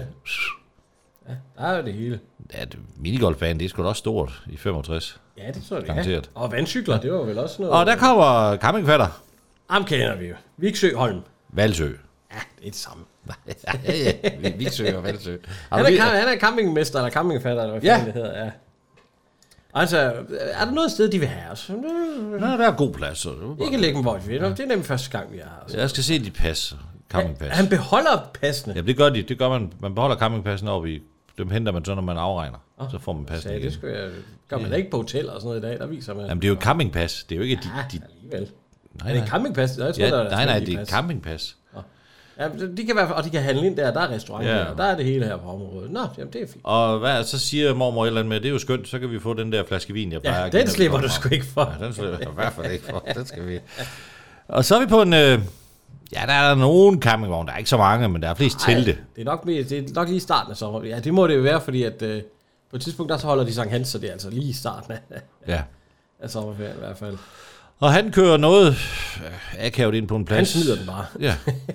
Ja, der er jo det hele. Ja, det, minigolfbanen, det er sgu da også stort i femogtres. Ja, det tror jeg, ja. Og vandcykler, det var vel også noget... Og der kommer campingfatter. Ham kender vi jo. Viksø Holm. Valsø. Ja, det er det samme. ja, ja, Viksø og Valsø. Han er, han er campingmester, eller campingfatter, eller hvad ja. det hedder, ja. Altså, er der noget sted, de vil have os? Nå, der er god plads. Så det ikke lægge dem, hvor vi vil. Det er nemlig første gang, vi har. Altså. Jeg skal se, de pas. Campingpas. Han beholder passene. Ja, det gør de. Det gør man. Man beholder campingpassen oppe i... Dem henter man så, når man afregner. Oh, så får man passen igen. Det skal jeg... Gør man ja. ikke på hotel og sådan noget i dag, der viser man... Jamen, det er jo et campingpas. Det er jo ikke... Ja, de, de... alligevel. Nej, er det et campingpas? Jeg tror, ja, der er nej, nej, det er et campingpas. Oh. Ja, de kan være, og de kan handle ind der. Der er restauranter ja. der. Der er det hele her på området. Nå, jamen, det er fint. Og hvad, så siger mormor et eller andet med, det er jo skønt, så kan vi få den der flaske vin, jeg plejer ja, at den slipper du sgu ikke for. Ja, den slipper jeg i hvert fald ikke for. Den skal vi... Og så er vi på en... Øh... Ja, der er nogen campingvogn. Der er ikke så mange, men der er flest telte. Det er nok, det er nok lige starten af sommer. Ja, det må det jo være, fordi at øh, på et tidspunkt, der så holder de Sankt Hans, så det er altså lige i starten af, ja. af sommerferien i hvert fald. Og han kører noget akavet ind på en plads. Han smider den bare. Ja.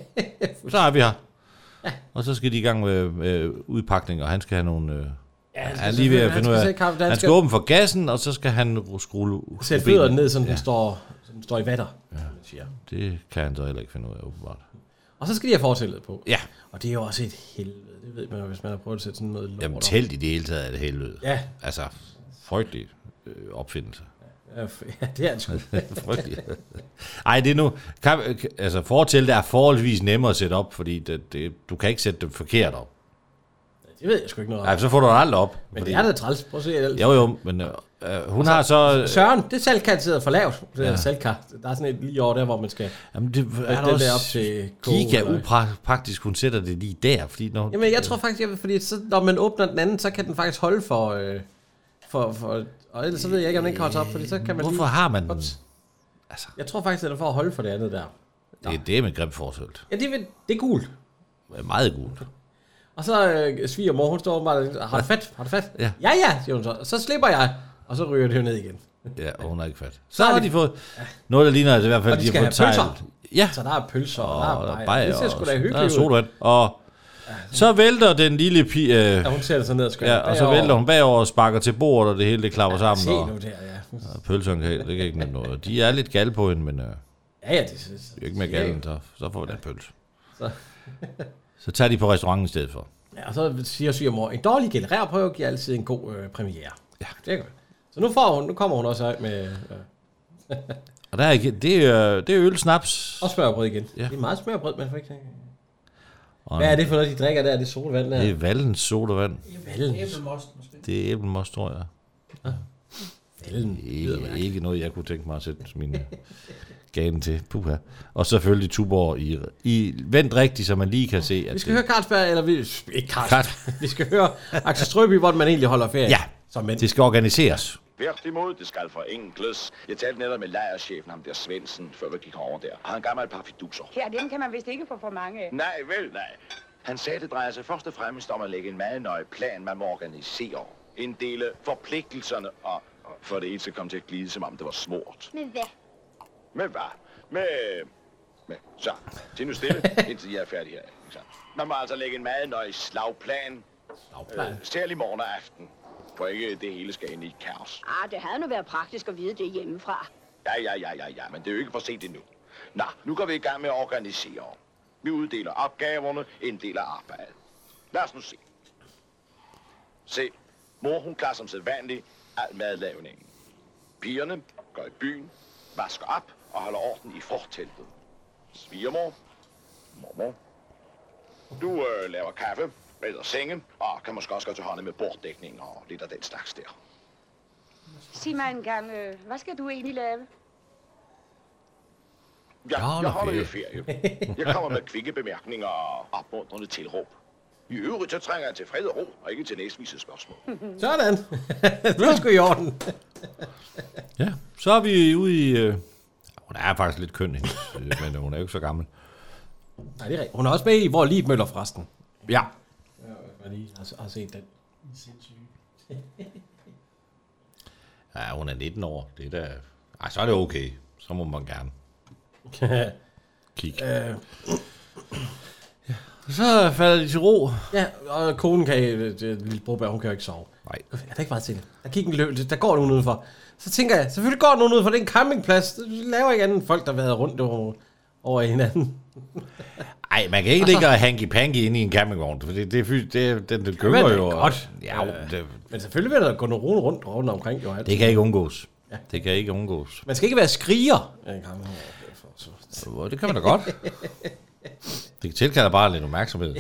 Så er vi her. Ja. Og så skal de i gang med, med udpakning, og han skal have nogle... Øh, ja, han skal, lige ved at finde ud af. Han, han skal åbne for gassen, og så skal han skrue... Sætte fødderne ned, så den, ja. står, så den står i vatter. Ja. Siger. Det kan han så heller ikke finde ud af, åbenbart. Og så skal de have fortællet på. Ja. Og det er jo også et helvede. Det ved man jo, hvis man har prøvet at sætte sådan noget lort. Jamen, telt i det hele taget er det helvede. Ja. Altså, frygtelig øh, opfindelse. Ja, ja, det er det sgu. Frygtelig. Ej, det er nu... Kan, altså, fortællet er forholdsvis nemmere at sætte op, fordi det, det, du kan ikke sætte det forkert op. Det ved jeg sgu ikke noget om. Nej, så får du aldrig op. Men fordi... det er da træls. Prøv at se alt. Jo, jo, men... Øh, hun har så... Søren, det salgkar sidder for lavt. Det ja. salgkar. Der er sådan et lige over der, hvor man skal... Jamen, det er der også op til giga upraktisk, hun sætter det lige der, fordi når... Jamen, jeg tror faktisk, jeg, fordi så, når man åbner den anden, så kan den faktisk holde for... Øh, for, for og ellers så ved jeg ikke, om den kan holde op, fordi så kan man Hvorfor lige... har man den? Altså. Jeg tror faktisk, det er for at holde for det andet der. Det, det er med grimt forsøgt. Ja, det er, det er gult. Det er meget gult. Og så øh, svigermor, hun står bare, har du fat? Har du fat? Ja. Ja, ja, siger hun så. Så slipper jeg, og så ryger det jo ned igen. Ja, og hun har ikke fat. Så, så har de, de fået ja. noget, der ligner, altså i hvert fald, og de, de skal har fået pølser. Ja. Så der er pølser, og, og der er bajer. Det ser sgu da hyggeligt ud. Der er sodavand. Og ja, så vælter den lille pige... Øh, ja, hun sætter sig ned og skal ja, og så vælter hun bagover og sparker til bordet, og det hele det klapper ja, sammen. Se nu der, ja. Og pølserne kan, det kan ikke nemt noget. De er lidt gal på hende, men... Øh, ja, ja, det synes jeg. Ikke mere galen, så, så får vi den pølse. Så. Så tager de på restauranten i stedet for. Ja, og så siger svigermor, en dårlig generærprøve giver altid en god øh, premiere. Ja. Det er godt. Så nu, får hun, nu kommer hun også med... Øh. Og der er ikke, det er, det er øl, snaps. Og smørbrød igen. Ja. Det er meget smørbrød, man får ikke... Hvad er det for noget, de drikker der? Er det sodavand der? Det er Vallens sodavand. Vallens. Æblemost måske. Det er æblemost, tror jeg. Ja. Vallen. Ikke, ikke noget, jeg kunne tænke mig at sætte min gane til. Puha. Og selvfølgelig Tuborg i, i vendt rigtigt, så man lige kan se. At vi skal det, høre Carlsberg, eller vi... Ikke Carlsberg. Vi skal høre Axel Strøby, hvor man egentlig holder ferie. Ja, som det skal organiseres. Tværtimod, det skal forenkles. Jeg talte netop med lejerchefen, ham der Svendsen, før vi gik over der. Og han gav mig et par fiduser. Ja, dem kan man vist ikke få for mange af. Nej, vel, nej. Han sagde, det drejer sig først og fremmest om at lægge en meget nøje plan, man må organisere. En del forpligtelserne, og for det eneste kom til at glide, som om det var smurt. Med hvad? Med hvad? Med... med... Så, til nu stille, indtil jeg er færdig her. Så. Man må altså lægge en meget nøje slagplan. Slagplan? Øh, særlig morgen og aften. For ikke det hele skal ind i et kaos. Ah, det havde nu været praktisk at vide det hjemmefra. Ja, ja, ja, ja, ja, men det er jo ikke for sent endnu. Nå, nu går vi i gang med at organisere. Vi uddeler opgaverne, inddeler arbejdet. Lad os nu se. Se, mor hun klarer som sædvanligt al madlavningen. Pigerne går i byen, vasker op og holder orden i forteltet. Svigermor, mormor. Du øh, laver kaffe, redder sengen, og kan måske også gå til hånden med borddækning og lidt af den slags der. Sig mig en gang, øh, hvad skal du egentlig lave? Ja, Jeg holder jeg holder jo ferie. ferie. Jeg kommer med kvikke bemærkninger og opmuntrende tilråb. I øvrigt så trænger jeg til fred og ro, og ikke til næstvise spørgsmål. Sådan. Det er sgu i orden. Ja, så er vi ude i... Øh, hun er faktisk lidt køn, hende, men hun er jo ikke så gammel. Nej, det er rigtigt. Hun er også med i Hvor Liv Møller, forresten. Ja. Jeg lige har, har set den. Ja, hun er nitten år. Det er da... Ej, så er det okay. Så må man gerne kigge. Øh, Så falder de til ro. ja, og konen kan... Det, det, lille Broberg, hun kan jo ikke sove. Nej. Er der ikke meget til det? Der gik en løb, der går nogen udenfor. Så tænker jeg, selvfølgelig går nogen udenfor, det er en campingplads. Det laver ikke andet end folk, der har været rundt over, over hinanden. Ej, man kan ikke ligge og hanky-panky inde i en campingvogn, for det, det, det, det, den det gynger Men jo. godt. Ja, Øh, det, Men selvfølgelig vil der gå nogle rundt, rundt, rundt omkring. Jo, det kan ikke undgås. Ja. Det kan ikke undgås. Man skal ikke være skriger. Ja, en campingvogn. Jo, det kan man da godt. Det tilkalder bare lidt opmærksomhed.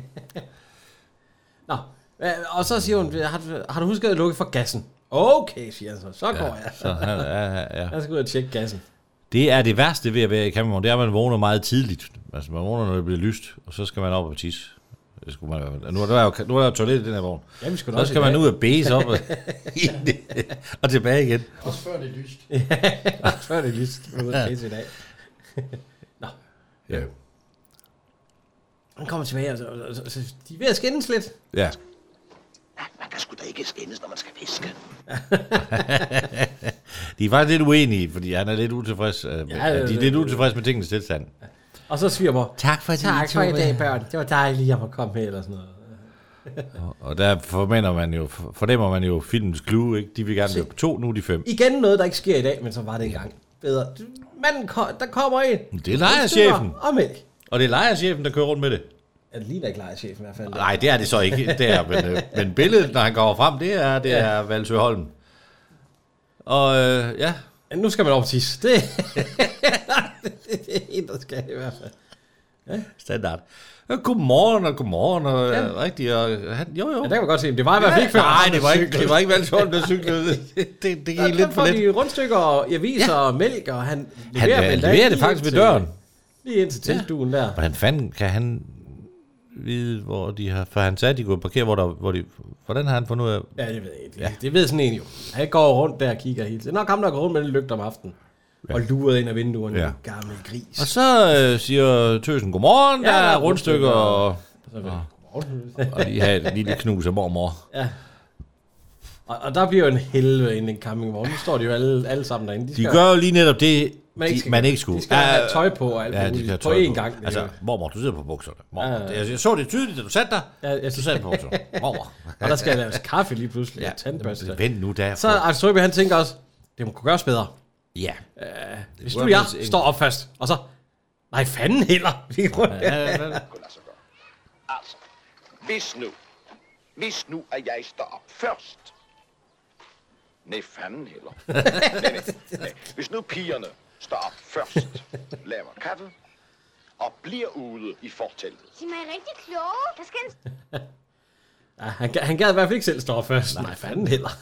Nå, øh, og så siger hun, har, du- har du husket at lukke for gassen? Okay, siger han så. Så går jeg. Så, ja, ja, ja. Jeg skal ud og tjekke gassen. Det er det værste ved at være i campingvogn, det er, at man vågner meget tidligt. Altså, man vågner, når det bliver lyst, og så skal man op og tisse. Det skulle man, nu er der jo, nu er der jo toilet i den her vogn. Ja, vi skulle Så skal man ud og bæse op og, og tilbage igen. Også før det er lyst. Før det er lyst. Jeg ud og pisse i dag. Nå. Ja. Han kommer tilbage, og så, og så, så de er ved at skændes lidt. Ja. Man kan sgu da ikke skændes, når man skal viske. De er faktisk lidt uenige, fordi han er lidt utilfreds. Ja, Ja, de er det- lidt utilfreds med tingens tilstand. Og så svigermor. Tak for, Tak for i dag, børn. Det var dejligt, at jeg komme med, eller sådan noget. Og der fornemmer man jo, fornemmer man jo filmens clue, ikke? De vil gerne løbe to, nu er de fem. Igen noget, der ikke sker i dag, men så var det engang. Bedre. Manden, ko- der kommer en. Det er lejerchefen. Og mælk. Og det er lejerchefen, der kører rundt med det. Ja, det ligner ikke lejerchefen i hvert fald. Nej, det er det så ikke. Det er, men, øh, men billedet, når han går frem, det er, det er Valsø Holm. Og øh, ja, Ja, nu skal man op og tisse. Det, det er en, der skal i hvert fald. standard. Ja, godmorgen og godmorgen og ja. Rigtig. Og, han, jo, jo. Ja, der kan man godt se, det var i hvert fald ikke før. Nej, det var ikke, det var ikke Valsø Holm, der cyklede. Det, det, det gik Der, lidt der for får lidt. de rundstykker og aviser og mælk, og han Han leverer, øh, dem endda leverer det lige faktisk ved ind til- døren. Lige ind til teltduen der. Hvordan fanden kan han vide, hvor de har... For han sagde, at de kunne parkere, hvor der... Hvor de, hvordan har han fundet ud af... Ja, det ved jeg ikke. Det, ja. det ved sådan en jo. Han går rundt der og kigger hele tiden. Nok ham, der går rundt med den lygte om aftenen. Ja. Og lurer ind af vinduerne. Ja. Ja. Gammel gris. Og så øh, siger tøsen, godmorgen, Ja, der der er er rundstykker, og, Så vil, og lige have et lille knus af mormor. ja. Og, og der bliver jo en helvede inde i en campingvogn. Nu står de jo alle, alle sammen derinde. De gør jo lige netop det, man ikke, de, skal, man ikke skulle. De skal have tøj på og alt Ja, de muligt. skal have På tøj én på. gang. Det er Altså, jo- mormor, du sidder på bukserne. Mormor, Ja, ja. jeg, jeg så det tydeligt, da du satte dig. Ja, jeg Du synes, satte på bukserne. Mormor. og der skal laves kaffe lige pludselig. Ja, Ja, tandbørste. vent nu der. Så Ars Strøby, han tænker også, det må kunne gøres bedre. Ja. Hvis kunne du jeg jeg faktisk ikke. står op først, og så... Nej, fanden heller. Vi går rundt. Ja, ja, ja. Kunne lade sig gøre. Altså, hvis nu, hvis nu, at jeg står op først. Nej, fanden heller. nej, nej, nej. Hvis nu pigerne står op først, laver kaffe, og bliver ude i forteltet. De er rigtig kloge. Der skal en Ja, han, han gad i hvert fald ikke selv stå op først. Nej, fanden heller.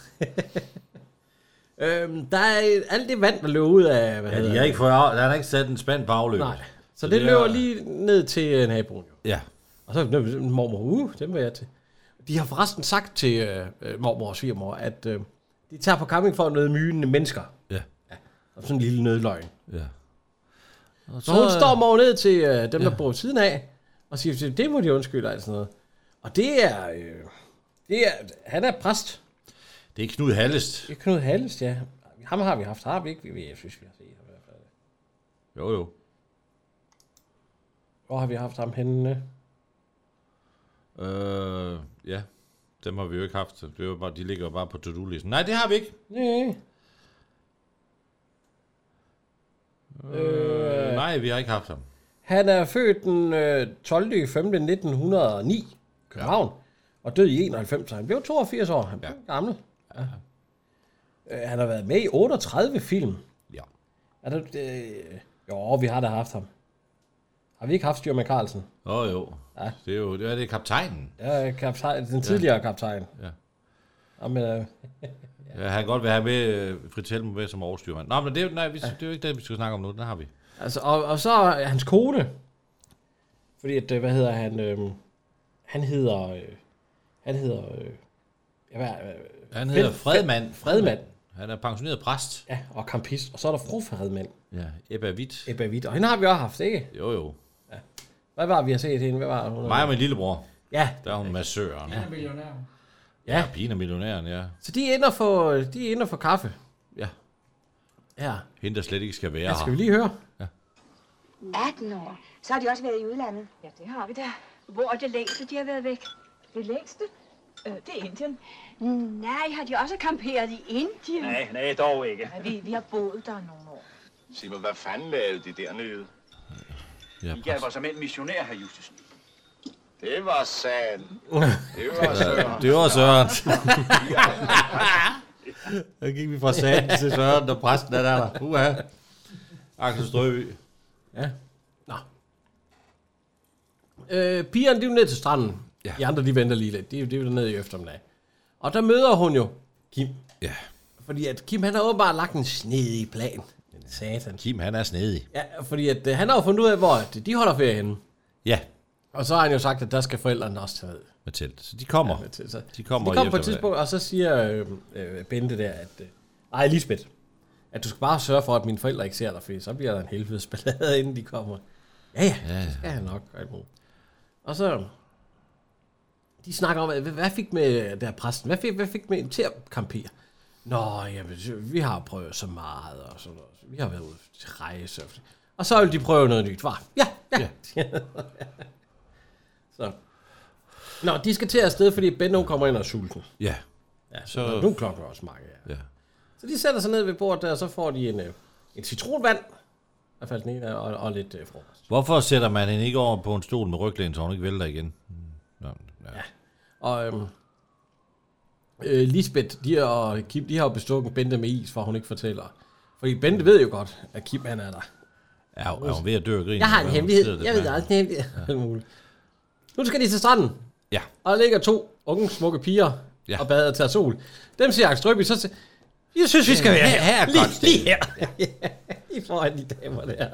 øhm, der er alt det vand, der løber ud af... Hvad Ja, hedder de har det? ikke fået, der er ikke sat en spand på afløbet. Nej, så, Så det, det løber er- lige ned til øh, naboen. Jo. Ja. Og så er mormor, uh, dem vil jeg til. De har forresten sagt til øh, mormor og svigermor, at øh, de tager på camping for at nøde myende mennesker. Ja. ja. Og sådan en lille nødløgn. Ja. Og så, så hun står mig ned til øh, dem, der ja. bor ved siden af, og siger, det må de undskylde, og sådan noget. Og det er, øh, det er, han er præst. Det er Knud Hallest. Det er Knud Hallest, ja. Ham har vi haft, har vi ikke? Jeg synes, vi har set ham i hvert fald. Jo, jo. Hvor har vi haft ham henne? Øh, ja. Dem har vi jo ikke haft. Det er jo bare, de ligger jo bare på to-do-listen. Nej, det har vi ikke. Nej. Øh, nej, vi har ikke haft ham. Han er født den øh, tolvte femte nitten hundrede og ni, København, ja. og død i enoghalvfems. Han blev toogfirs år. Han blev ja. gammel. Ja. Øh, han har været med i otteogtredive film. Ja. Er det, øh, jo, vi har da haft ham. Har vi ikke haft Styrmand Carlsen? Åh oh, jo. Ja. Det er jo det er, det er kaptajnen. Ja, kaptajn, den tidligere ja. kaptajn. Ja. Ja, men, øh, ja, han kan godt være med, Fritz Helm med som overstyrmand. Nå, men det er, nej, vi, ja. det er jo ikke det, vi skal snakke om nu. Den har vi. Altså, og, og så er hans kone, fordi at, hvad hedder han, øh, han hedder, øh, han hedder, øh, hvad, øh, han hedder Fredmand. Fredmand. Han er pensioneret præst. Ja, og kampist. Og så er der fru Fredmand. Ja, Ebba Witt. Ebba Witt. Og hende har vi også haft, ikke? Jo, jo. Ja. Hvad var vi har set hende? Hvad var hun? Mig og min lillebror. Ja. Der er hun massøren. Pigen er millionær. Ja, pigen er millionæren, ja. Så de er inde for, de er inde for kaffe. Ja. Ja. Hende, der slet ikke skal være ja, skal her. vi lige høre? Ja. atten år. Så har de også været i udlandet. Ja, det har vi da. Hvor er det længste, de har været væk? Det længste? Øh, det er Indien. Nej, har de også camperet i Indien? Nej, nej, dog ikke. Ja, vi, vi har boet der nogle år. Sig mig, hvad fanden lavede de dernede? Ja, I gav os som en missionær, herr Justesen. Det var sand. Det var Søren. Det var Søren. Der gik vi fra Sand til Søren, og præsten er der. Uha. Axel Strøby. Ja. Nå. Øh, pigerne, de er jo ned til stranden. Ja. De andre, de venter lige lidt. De er jo, de er jo dernede i eftermiddag. Og der møder hun jo Kim. Ja. Fordi at Kim, han har åbenbart lagt en snedig plan. Den satan. Kim, han er snedig. Ja, fordi at, uh, han har jo fundet ud af, hvor at de holder ferie henne. Ja. Og så har han jo sagt, at der skal forældrene også tage med. Med telt. Så de kommer. Ja, til, så. De kommer, de kommer på et tidspunkt, og så siger øh, øh, Bente der, at... Øh, ej, Lisbeth, at du skal bare sørge for, at mine forældre ikke ser dig, for så bliver der en helvedes ballade, inden de kommer. Ja, ja, ja, det skal han nok. Og så... De snakker om, hvad, hvad fik med der præsten? Hvad fik, hvad fik med til at campere? Nå, jamen, vi har prøvet så meget, og sådan noget. Vi har været ude til rejse. Og så vil de prøve noget nyt, var? Ja, ja. ja. Så. Nå, de skal til afsted, fordi Benno kommer ind og er sulten. Ja. Ja, så, så nu klokken også mange, ja. Ja. Så de sætter sig ned ved bordet der, og så får de en, en citronvand, i hvert fald den ene, og, og lidt uh, frokost. Hvorfor sætter man hende ikke over på en stol med ryglæn, så hun ikke vælter igen? Nå, ja. ja. Og øhm, øh, Lisbeth, de og Kim, de har jo bestukket Bente med is, for hun ikke fortæller. Fordi Bente ved jo godt, at Kim han er der. Er, er hun ved at dø og grine? Jeg har en hemmelighed. Jeg ved også en hemmelighed. Ja. Nu skal de til stranden. Ja. Og der ligger to unge, smukke piger ja. og bader og tager sol. Dem siger Axel Strøby, så siger, jeg synes, vi skal være her. Her er lige, godt lige her. Ja. I foran de damer der.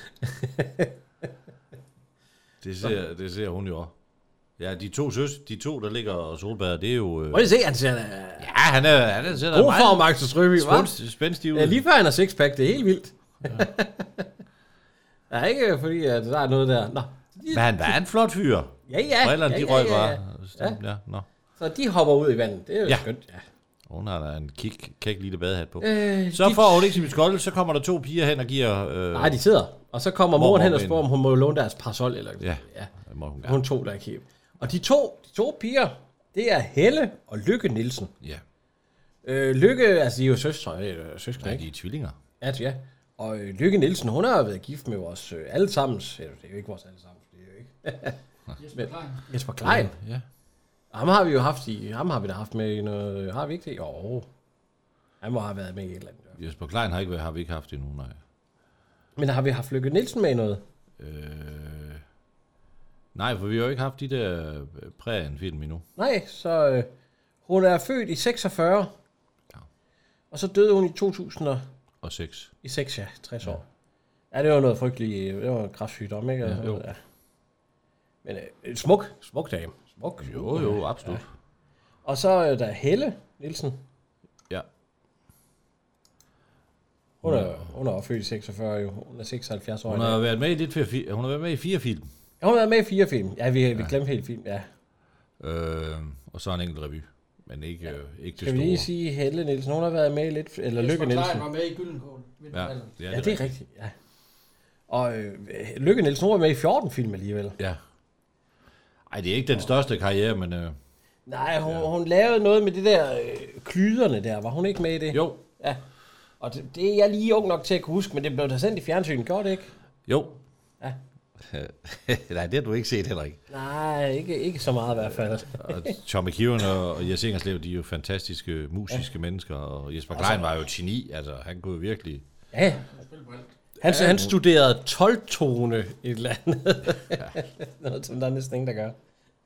det, ser, det ser hun jo også. Ja, de to søs, de to, der ligger og solbader, det er jo... Øh... Må I se, han ser... Ja, han er... Han er god form, Axel Strøby, hva'? Spændstiv ud. Ja, lige før han er sixpack, det er helt vildt. Ja. Ja, ikke fordi, at der er noget der. Nå. Men han var en flot fyr. Ja, ja. Forældrene, ja, de ja, røg ja, bare. ja. Ja. Ja, nå. Så de hopper ud i vandet. Det er jo ja. skønt, ja. Hun har da en kik, kæk lille badehat på. Øh, så de... får hun ikke sin skolde, så kommer der to piger hen og giver... Øh... Nej, de sidder. Og så kommer moren hen og spørger, om hun må låne deres parasol. Eller... Ja, ja. Må hun, hun tog der ikke. Og de to, de to piger, det er Helle og Lykke Nielsen. Ja. Øh, Lykke, altså de er jo søstre, øh, søskende, ja, ikke? de er tvillinger. Ja, ja. Og øh, Lykke Nielsen, hun har jo været gift med vores øh, allesammens, det er jo ikke vores allesammens, det er jo ikke. Jesper Klein. Jesper Klein. Ja. Ham har vi jo haft i, ham har vi da haft med i noget, har vi ikke det? Jo. Han må have været med i et eller andet. Ja. Jesper Klein har, ikke, har vi ikke haft endnu, nej. Men har vi haft Lykke Nielsen med i noget? Øh... Nej, for vi har jo ikke haft de der præ-film endnu. Nej, så øh, hun er født i seksogfyrre. Ja. Og så døde hun i to tusind og seks. I seks, ja. tres år. Ja, ja det var noget frygteligt. Det var en kræftsygdom, ikke? Ja, jo. Ja. Men øh, smuk, smuk dame. Smuk. Jo, jo, absolut. Ja. Og så øh, der er Helle Nielsen. Ja. Hun er, hun er født i seksogfyrre, jo. Hun er seksoghalvfjerds år. Hun har været med i lidt fi- hun har været med i fire film. Ja, hun har været med i fire film. Ja, vi, vi ja. glemte helt film, ja. Øh, og så en enkelt revy. Men ikke, ja. øh, ikke det Skal store. vi lige sige Helle Nielsen? Hun har været med i lidt... Eller Lykke Nielsen. var med i Gyldenkål. Ja, ja, det er, ja, det er rigtigt. Ja. Og øh, Lykke Nielsen, hun var med i fjorten film alligevel. Ja. Ej, det er ikke den største karriere, men... Øh, Nej, hun, ja. hun lavede noget med det der øh, klyderne der. Var hun ikke med i det? Jo. Ja. Og det, det er jeg lige ung nok til at kunne huske, men det blev da sendt i fjernsynet, gjorde det ikke? Jo. Ja. Nej, det har du ikke set, Henrik. Nej, ikke, ikke så meget i hvert fald. Og Tommy Kiven og Jes Ingerslev, de er jo fantastiske musiske ja. mennesker, og Jesper Klein var jo et geni, altså han kunne virkelig... Ja, han, ja, han studerede tolv-tone et eller andet. Ja. Noget, som der er næsten ingen, der gør.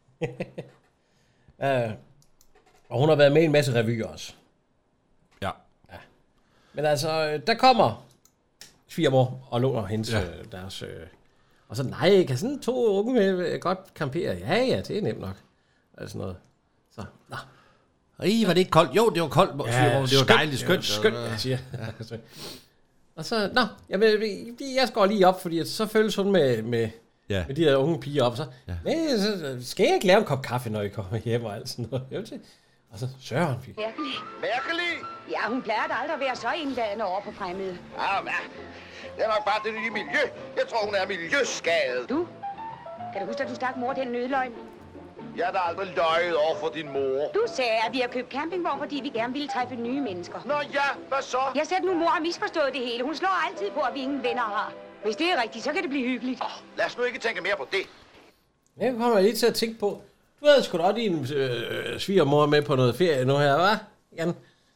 uh, og hun har været med i en masse revyer også. Ja. ja. Men altså, der kommer svigermor og låner hendes ja. deres... Øh, og så, nej, kan sådan to unge med godt campere? Ja, ja, det er nemt nok. Altså noget. Så, nå. Ej, var det ikke koldt? Jo, det var koldt. Ja, det var skønt, dejligt skønt. Skønt, jeg siger. Ja. Og så, nå, jeg, jeg skal lige op, fordi så følges hun med, med, ja. med de der unge piger op. Så, ja. nej, så skal jeg ikke lave en kop kaffe, når I kommer hjem og alt sådan noget. Og så Søren fik. Mærkelig. Mærkelig? Ja, hun plejer da aldrig at være så indladende over på fremmede. Ja, men det er nok bare det nye miljø. Jeg tror, hun er miljøskadet. Du? Kan du huske, at du stak mor den nødløgn? Jeg har da aldrig løjet over for din mor. Du sagde, at vi har købt campingvogn, fordi vi gerne ville træffe nye mennesker. Nå ja, hvad så? Jeg sagde, at nu mor har misforstået det hele. Hun slår altid på, at vi ingen venner har. Hvis det er rigtigt, så kan det blive hyggeligt. Oh, lad os nu ikke tænke mere på det. Jeg kommer lige til at tænke på, du havde sgu da også din øh, svigermor med på noget ferie nu her, hva', Jan?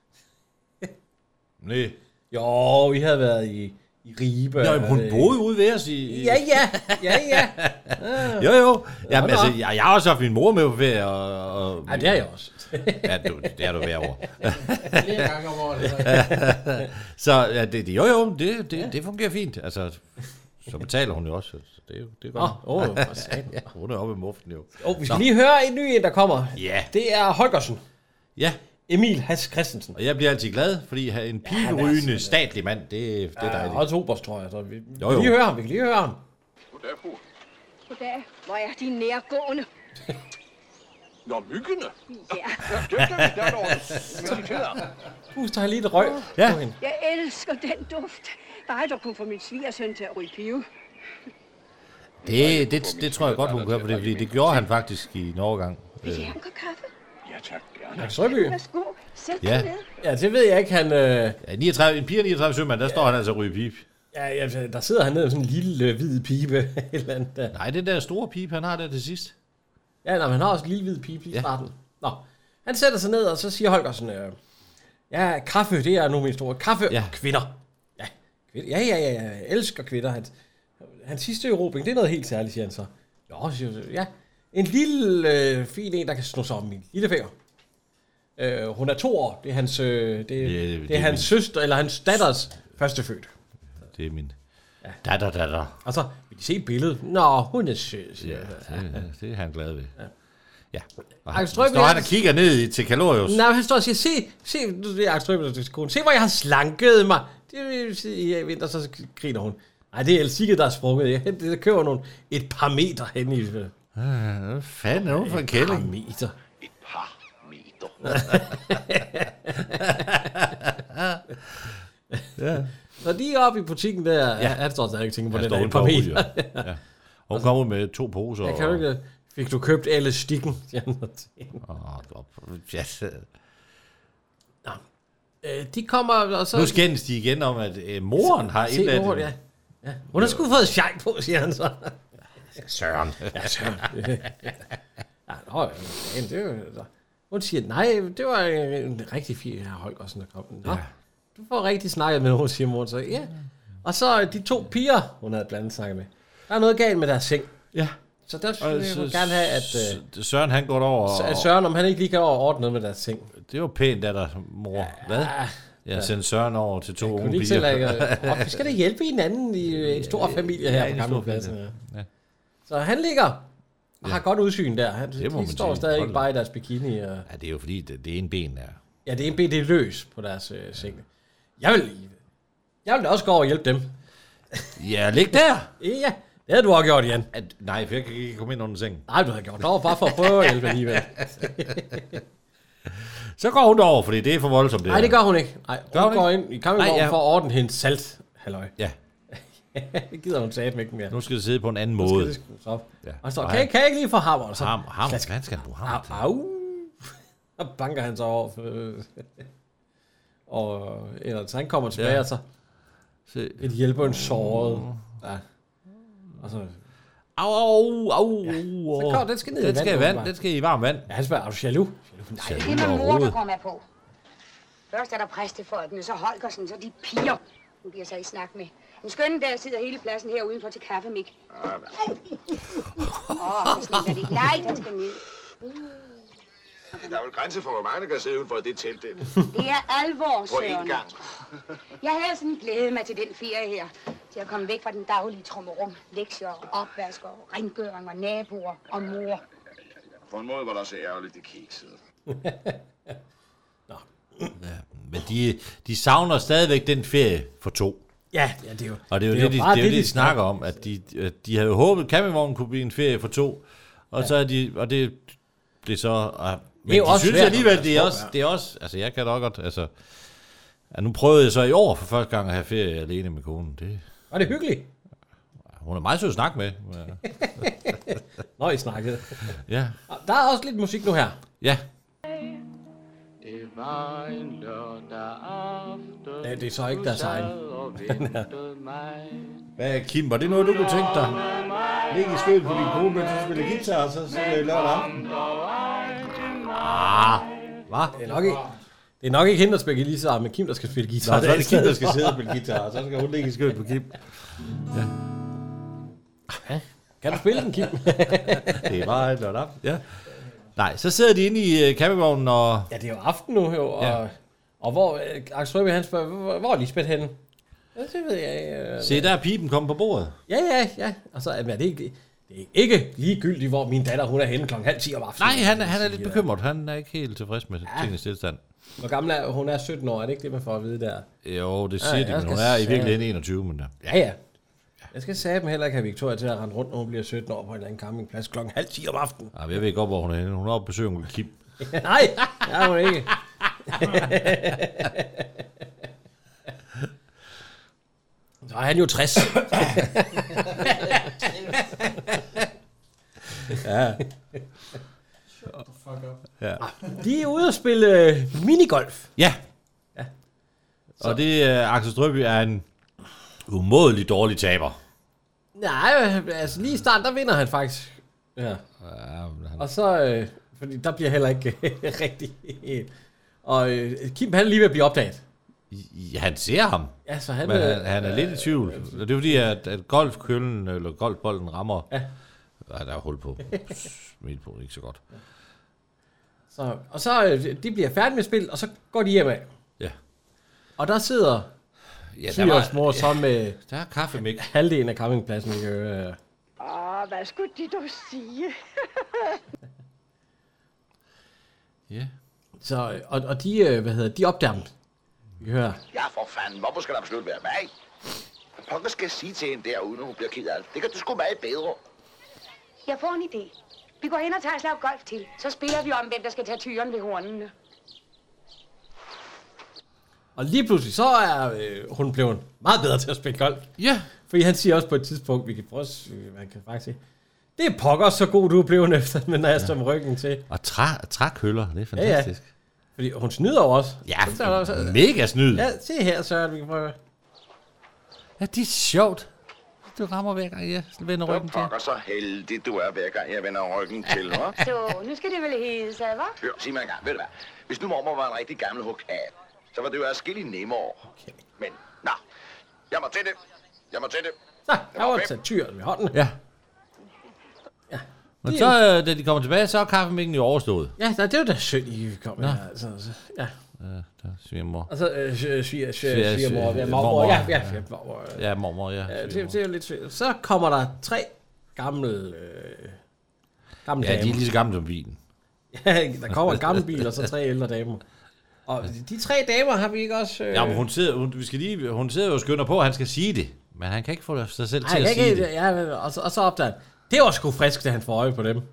Nej. Jo, vi havde været i, i Ribe. Jo, hun boede ude ved os i... Ja, ja, ja, ja. Ah. jo, jo. Jamen, altså, jeg, jeg har også haft min mor med på ferie, og... og ja, det er jeg også. ja, du, det er du hver år. Flere gange om året. Så ja, det, jo, jo, det, det, det fungerer fint. Altså, så betaler hun jo også. Så det er jo det er godt. Åh, oh, for satan. Ja, hun er oppe i muffen jo. Oh, vi skal så lige høre en ny en, der kommer. Ja. Det er Holgersen. Ja. Emil Hass Christensen. Og jeg bliver altid glad, fordi en piberygende statlig mand, det, det er ja, dejligt. Også Obers, tror jeg. Så vi, vi jo, jo. kan lige høre ham, vi kan lige høre ham. Goddag, fru. Goddag. Hvor er de nærgående? Nå, myggene. Ja. Ja, det kan vi da over. Puster han lige et røg ja. på hende. Jeg elsker den duft. Bare du kunne få min svigersøn til at ryge pive. Det, det, det tror jeg godt, hun gør, for det, det gjorde han faktisk i en overgang. Vil I have en kop kaffe? Ja, tak. Gerne. Ja, Strøby. Værsgo. Sæt ja. dig ned. Ja, det ved jeg ikke, han... Øh... Ja, niogtredive, en piger niogtredive sømand, der ja. står han altså og ryger pipe. Ja, ja, der sidder han nede med sådan en lille øh, hvid pibe. eller andet der. Nej, det der store pipe, han har der til sidst. Ja, nej, men han har også en lille hvid pibe i starten. Ja. Nå, han sætter sig ned, og så siger Holgersen, øh, ja, kaffe, det er nu min store. Kaffe ja. og kvinder. Ja, kvinder. Ja, ja, ja, jeg elsker kvinder. Hans, hans sidste erobring, det er noget helt særligt, siger han så. Jo, siger han, ja. En lille, øh, fin en, der kan snu sig om min lille finger. Øh, hun er to år. Det er hans, øh, det, det, det, det er hans min... søster, eller hans datters første født. Det er min ja. datter, datter. Og så vil de se billedet. Nå, hun er sød. Ja, det, det er han glad ved. Ja. Ja. Og han, står han og kigger ned til Kalorius. Nej, han står og siger, se, se, det er Strøby, se hvor jeg har slanket mig. Det vil sige, jeg venter, så griner hun. Nej, det er Elsikke, der er sprunget. Jeg der køber nogle et par meter hen i. Hvad fanden er hun for en kælling? Et par meter. Et par meter. ja. Så de er oppe i butikken der, ja. han står stadig og tænker på det der et par meter. ja. Hun kommer ud med to poser. Jeg kan jo ikke... Fik du købt alle stikken? Åh, yes. Nå. Øh, de kommer og så... Nu skændes de igen om, at øh, moren har indladt... Moren, ja. ja. Hun har sgu fået sjejk på, siger han så. Søren. ja, Søren. ja, nå, det var... Hun siger, nej, det var en rigtig fin her Holgersen, der kom. Nå, ja. Du får rigtig snakket med nogen, siger moren så. Ja. Og så de to piger, hun havde blandt snakket med. Der er noget galt med deres seng. Ja. Så der vil jeg gerne have, at... Uh, Søren, han går over... Og, Søren, om han ikke lige kan ordne noget med deres ting. Det var pænt af dig, mor. Ja, hvad? Ja, ja. Sendte Søren over til to unge piger. Selv, og vi skal da hjælpe hinanden i en stor familie her ja, på Campingpladsen. Ja. Ja. Så han ligger og har ja. godt udsyn der. Han, det de står stadig ikke bare i deres bikini. Og... Ja, det er jo fordi, det, det er en ben der. Ja, det er en ben, det er løs på deres øh, seng. Jeg vil Jeg vil da også gå over og hjælpe dem. Ja, lig der. Ja, det havde du også gjort, Jan. At, nej, for jeg kan ikke komme ind under sengen. Nej, du havde gjort det over bare for at prøve at hjælpe alligevel. Så går hun derover, fordi det er for voldsomt. Nej, det gør hun ikke. Nej, hun, Gør hun går ikke? ind i campingvognen Nej, ja. for at ordne hendes salt. Halløj. Ja. Det gider hun satme ikke mere. Nu skal det sidde på en anden Nu skal måde. det skrues op. Ja. Og så, Og kan, han- kan jeg ikke lige få hammer? Så, Ham, ham, Klask. hvad skal han bruge ham til? Au, au. Og banker han så over. For, og eller, så han kommer tilbage, Ja. ja. og så et hjælper en såret. Ja. Og så... Au, au, au. Ja. Så kom, den skal ned i Den skal i vand, vand, åbenbart. den skal i varmt vand. Ja, han spørger, er du jaloux? Nej, det er min mor, der kommer på. Først er der præstefolkene, så Holgersen, så de piger. Hun bliver så i snak med. En skønne der sidder hele pladsen her udenfor til kaffe, Mik. Åh, så slemt er det ikke. Nej, den skal ned. Der er vel grænse for, hvor mange der kan sidde udenfor det telt. Det. Det er alvor, På én Søren. gang. Jeg havde sådan glædet mig til den ferie her. Til at komme væk fra den daglige trummerum. Lektier, opvask og rengøring og naboer og mor. På en måde var det også ærgerligt, det kiksede. Ja, men de, de savner stadigvæk den ferie for to. Ja, ja, det er jo... Og det er jo det, det, de, det, er jo det, de snakker om, at de, at de havde jo håbet, at campingvognen kunne blive en ferie for to. Og ja. så er de, og det, det er så... Og, men det er jo de også synes svært, alligevel, når det er, man er også, små, ja. det er også... Altså, jeg kan da også godt... Altså, ja, nu prøvede jeg så i år for første gang at have ferie alene med konen. Det, var det hyggeligt? Hun er meget sød at snakke med. Ja. Nå, I snakkede. Ja. Der er også lidt musik nu her. Ja. Det var en lørdag aften. Ja, det er så ikke deres egen. Hvad, Kim, var det noget, du kunne tænke dig? Ligge i skødet på din kone, mens du spiller guitar, og så så det lørdag aften? Ah, hvad? Det er nok ikke, det er nok ikke hende, der spiller guitar, men Kim, der skal spille guitar. Nå, så er det Kim, der skal sidde og spille guitar, og så skal hun ligge i skødet på Kim. Ja. Ja. Kan du spille den, Kim? Det er bare et lørdag aften, ja. Nej, så sidder de inde i uh, campingvognen og... Ja, det er jo aften nu, jo, og, Ja. og hvor øh, Axel Røbe, han spørger, hvor, hvor er Lisbeth henne? Ja, det ved jeg ikke. Øh, Se, der er pipen kommet på bordet. Ja, ja, ja. Og så er det ikke, det er ikke ligegyldigt, hvor min datter, hun er henne klokken halv ti om aftenen. Nej, han, han er lidt bekymret. Han er ikke helt tilfreds med ja. tingens tilstand. Hvor gammel er hun? Er sytten år, er det ikke det, man får at vide der? Jo, det siger Ja, ja, de, jeg men hun skal er i sige- virkeligheden enogtyve, men der. Ja, ja. Jeg skal sige dem heller ikke have Victoria til at rende rundt, når hun bliver sytten år på en eller anden campingplads klokken halv ti om aftenen. Ja, jeg ved godt, hvor hun er henne. Hun er oppe på besøg med Kim. Nej, det er hun ikke. Så er han jo tres. Ja. Shut the fuck up. Ja. De er ude at spille øh, minigolf. Ja. Ja. Og det er uh, Axel Strøby er en umådelig dårlig taber. Nej, altså lige i starten, der vinder han faktisk. Ja. Ja, men han... Og så, øh, fordi der bliver heller ikke rigtig... Og øh, Kim, han er lige ved at blive opdaget. Ja, han ser ham. Ja, så han... Men øh, han, han er lidt i tvivl. Og det er fordi, at, at golfkøllen, eller golfbolden rammer... Ja. Ja, der er hul på. Smidt på, ikke så godt. Så, og så øh, de bliver færdige med spil, og så går de hjem af. Ja. Og der sidder Ja, der Sygers var- mor så med Der er kaffe, Mik. halvdelen af campingpladsen. Vi kan høre. Åh, hvad skulle de dog sige? Ja. Så, og, og de, øh, hvad hedder, de opdager dem. Vi kan høre. Ja, for fanden. Hvorfor skal der absolut være mig? Hvad pokker skal jeg sige til hende der, uden at hun bliver ked af det? Det kan du sgu meget bedre. Jeg får en idé. Vi går hen og tager et slag golf til. Så spiller vi om, hvem der skal tage tyren ved hornene. Og lige pludselig, så er øh, hun blevet meget bedre til at spille golf. Ja. Fordi han siger også på et tidspunkt, vi kan prøve at, øh, man kan faktisk sige, det er pokker så god, du er blevet efter, men når jeg står med ryggen til. Og træ, trækøller, det er Ja, ja. fantastisk. Fordi hun snyder jo også. Ja, Så er der også- mega snyd. Ja, se her, Søren, vi kan prøve. Ja, det er sjovt. Du rammer hver gang, jeg vender Du ryggen til. pokker så heldig, du er hver gang, jeg vender ryggen til, hva'? Så nu skal det vel hedde sig, hva'? Hør, sig mig en gang, ved du hvad? Hvis nu mormor var en rigtig gammel hukat, så var det jo adskilligt nemmere. Okay. Men, nå, jeg må til det. Jeg må til det. Så, her var taget tyren ved hånden. Ja. Ja. Men Det så, er øh, da de kommer tilbage, så er kaffemængden jo overstået. Ja, det er jo da synd, I kom med her. Altså, altså, ja. Ja, der siger mor. Og så øh, sviger, sviger, Sviger- sviger mor, ja, sviger- mormor, mormor. ja, ja, ja, mormor. Ja, mormor, ja. Ja, det, det er jo lidt svært. Så kommer der tre gamle, øh, gamle Ja, damer. de er lige så gamle som bilen. Ja, der kommer en gammel bil, og så tre ældre damer. Og de tre damer har vi ikke også... Øh... Ja, men hun sidder, hun, vi skal lige, hun sidder jo og skynder på, at han skal sige det. Men han kan ikke få sig selv Ej, til at jeg sige kan, det. Ja, og, så, og så opdager han. Det var sgu frisk, da han får øje på dem.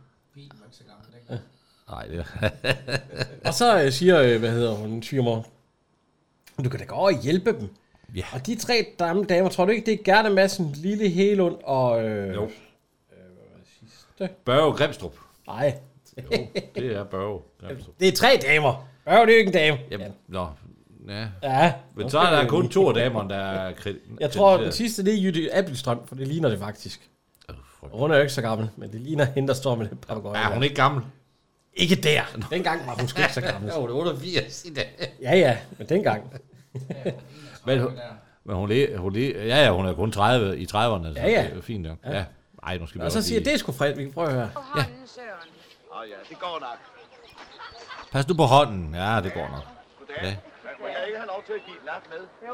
Nej, det Og så øh, siger, øh, hvad hedder hun, svigermor, du kan da gå over og hjælpe dem. Ja. Og de tre damer, damer, tror du ikke, det er Gerda Madsen, Lille Helund og... Øh, Jo. Øh, hvad Børge Grimstrup. Nej. Jo, det er Børge Grimstrup. Det er tre damer. Børge, det er jo ikke en dame. Jamen, nå. Ja. Ja. Men så er der kun to af damerne, der er krediteret. Jeg tror, den sidste, det er Jytte Appelstrøm, for det ligner det faktisk. Og hun er jo ikke så gammel, men det ligner hende, der står med det papagøje. Er hun ikke gammel? Ikke der. Dengang var hun sgu ikke så gammel. Jo, det er otteogfirs i dag. Ja, ja, men dengang. men hun, men hun, le, hun le, ja, ja, hun er kun tredive i trediverne. Ja, ja. Det er jo fint nok. Ja. ja. Ej, nu skal vi Og så siger jeg, det er sgu fred, vi kan prøve at høre. Ja. Åh ja, det går nok. Pas nu på hånden. Ja, det går nok. Ja. Må jeg ikke have lov til at give et nap med? Jo,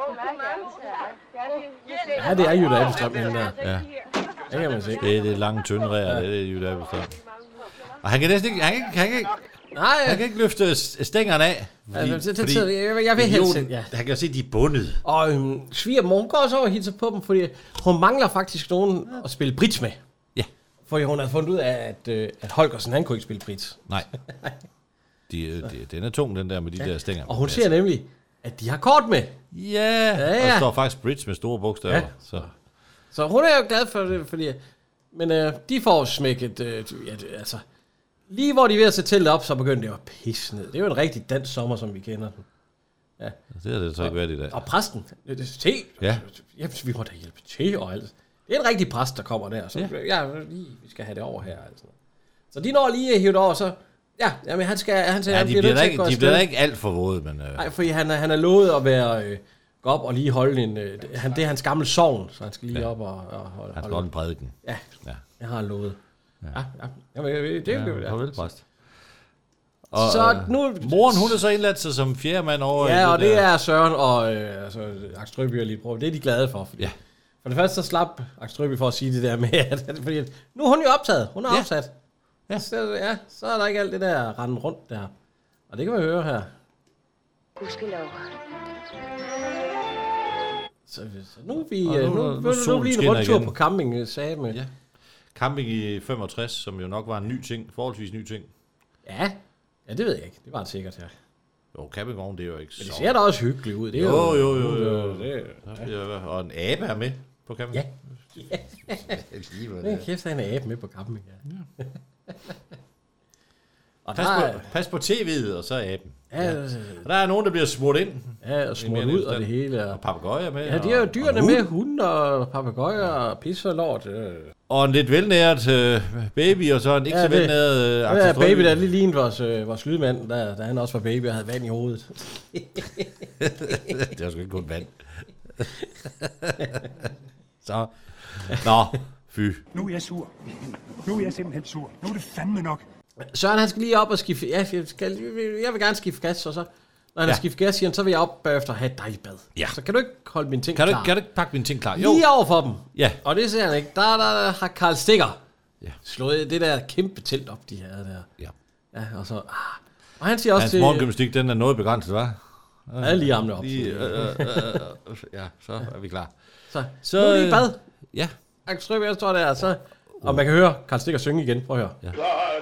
hvad Ja, det er Jytte Appelstrøm, den der. Ja. Det kan man se. Det er det lange, tynde ræer, det er Jytte Appelstrøm. Og han kan næsten ikke, han kan, han kan ikke, Nej, han kan ikke løfte stængerne af. Fordi, ja, det, det, det, jeg, jeg vil helst se, ja. Han kan jo se, de er bundet. Og øhm, svigermor, hun går også over og hilser på dem, fordi hun mangler faktisk nogen at spille bridge med. Ja. Fordi hun har fundet ud af, at, øh, at Holgersen, han kunne ikke spille bridge. Nej. De, de, den er tung, den der med de ja. der stænger. Og hun siger nemlig, at de har kort med. Ja, ja, og ja. der står faktisk bridge med store bogstaver. Ja. Så. Så hun er jo glad for det, fordi... Men øh, de får smækket... Øh, ja, det, altså... Lige hvor de er ved at sætte teltet op, så begynder det jo at pisse ned. Det er jo en rigtig dansk sommer, som vi kender den. Ja. Det har det så ikke været i dag. Og præsten, det er te. Ja. Ja, vi må da hjælpe til og alt. Det er en rigtig præst, der kommer der. Så ja, ja lige, vi skal have det over her. Altså. Så de når lige at hive det over, så... Ja, jamen, han skal... Han, Ja, han de bliver bliver, nødt til ikke, at gå de bliver afsted. da ikke alt for våde, men... Øh, Nej, fordi han, han er lovet at være... Øh, gå op og lige holde en... Øh, han, det er hans gamle sogn, så han skal lige Ja. op og, og holde... han skal holde en prædiken. Ja, Ja. jeg har lovet. Ja. Ja, ja. Jamen, det, det, Ja, det, farvel, præst. Og, så nu... Moren, hun er så indladt sig som fjerde mand over... Ja, i og det der. er Søren og øh, altså, Axel Strøby og lige prøve. Det er de glade for. Fordi, Ja. For det første så slap Axel Strøby for at sige det der med, at, at fordi, nu er hun jo optaget. Hun er Ja. opsat. Ja. Så, ja, så er der ikke alt det der rende rundt der. Og det kan man høre her. Gudskelov. Så, så nu er vi, Og nu, nu- nu, nu- nu, nu nu, solen nu bliver en skinner rundtur igen. på camping, sagde med. Ja. Camping i femogtres, som jo nok var en ny ting, forholdsvis ny ting. Ja. Ja, det ved jeg ikke. Det var det sikkert, ja. Jo, campingvogn, det er jo ikke Men det så... ser da også hyggeligt ud. Det er Jo, jo, jo, jo, jo. Det, Ja. Og en abe er med på camping. Ja. Lige hvor det er det er. kæft, han er abe med på camping, ja. Og Pas der på, er, pas på tv'et, og så aben. ja, Og der er nogen, der bliver smurt ind. ja, og smurt mere ud og forstand. det hele. Og Og, papegøjer med. ja, de er jo og- dyrene og med, hunde og papegøjer og pisse og lort. Øh. Og en lidt velnæret øh, baby, og så en ikke Ja, så det- velnæret øh, Det Axel er Strøby. baby, der lige lignede vores, øh, vores lydmand, der, da han også var baby og havde vand i hovedet. Det er sgu ikke kun vand. Så. Nå, fy. Nu er jeg sur. Nu er jeg simpelthen sur. Nu er det fandme nok. Søren, han skal lige op og skifte... Ja, jeg, skal, jeg vil gerne skifte gas, og så... Når han Ja. har skiftet gas, siger han, så vil jeg op bagefter og have et dejligt bad. Ja. Så kan du ikke holde mine ting Kan du, klar? ikke- kan du ikke pakke mine ting klar? Jo. Lige over for dem. Ja. Og det ser han ikke. Der, der, der har Karl Stikker Ja. slået det der kæmpe telt op, de havde der. Ja. Ja, og så... Ah. Og han siger også Hans til... morgengymnastik, den er noget begrænset, hva'? Ja, lige armene op. Lige, øh, øh, øh, øh, ja, så er vi klar. Så, Så, så nu er lige i bad. Ja. Axel Strøby, jeg står der, så... Og man kan høre Karl Stikker synge igen. Prøv at høre. Ja.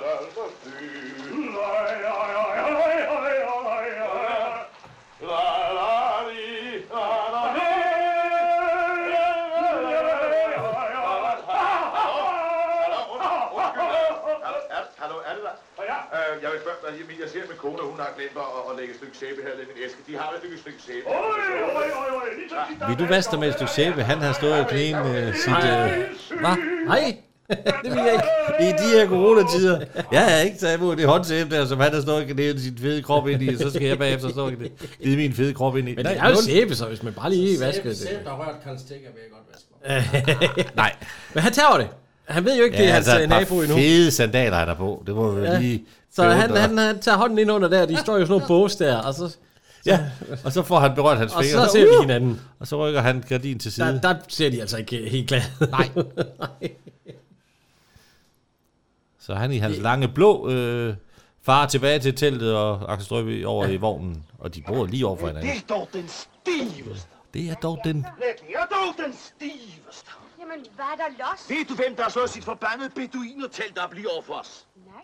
Hallo, er det der? Øh, jeg vil spørge dig, Emil, jeg ser min kone, hun har glemt at, at lægge et stykke sæbe her i min æske. De har et stykke sæbe. Vil du vaske dig med et stykke sæbe? Han har stået og knæen øh, sit... Øh, hvad? Nej, det vil jeg ikke. I de her coronatider. Jeg har ikke taget imod det håndsæbe der, som han har stået og knæet sin fede krop ind i. Så skal jeg bagefter stå og knæde min fede krop ind i. Men det er jo sæbe, så hvis man bare lige vasker det. Sæbe, der rørt Karl Stikker, vil jeg godt vaske mig. Nej. Men han tager det. Han ved jo ikke, det er hans altså, et nabo par endnu. fede sandaler er der på. Det må vi Ja. lige... Så han, beundre. han, han tager hånden ind under der, de står jo sådan nogle bås der, og så, Ja, og så får han berørt hans og fingre. så ser de hinanden. Og så rykker han gardin til side. Der, der ser de altså ikke helt glade. Nej. Så han i hans lange blå øh, Far tilbage til teltet, og Axel Strøby over ja. i vognen. Og de bor lige over for hinanden. Det er dog den stiveste. Det er dog den... Det er dog den stiveste. Jamen, hvad er der los? Ved du, hvem der har slået sit forbandede beduinertelt op lige over for os? Nej.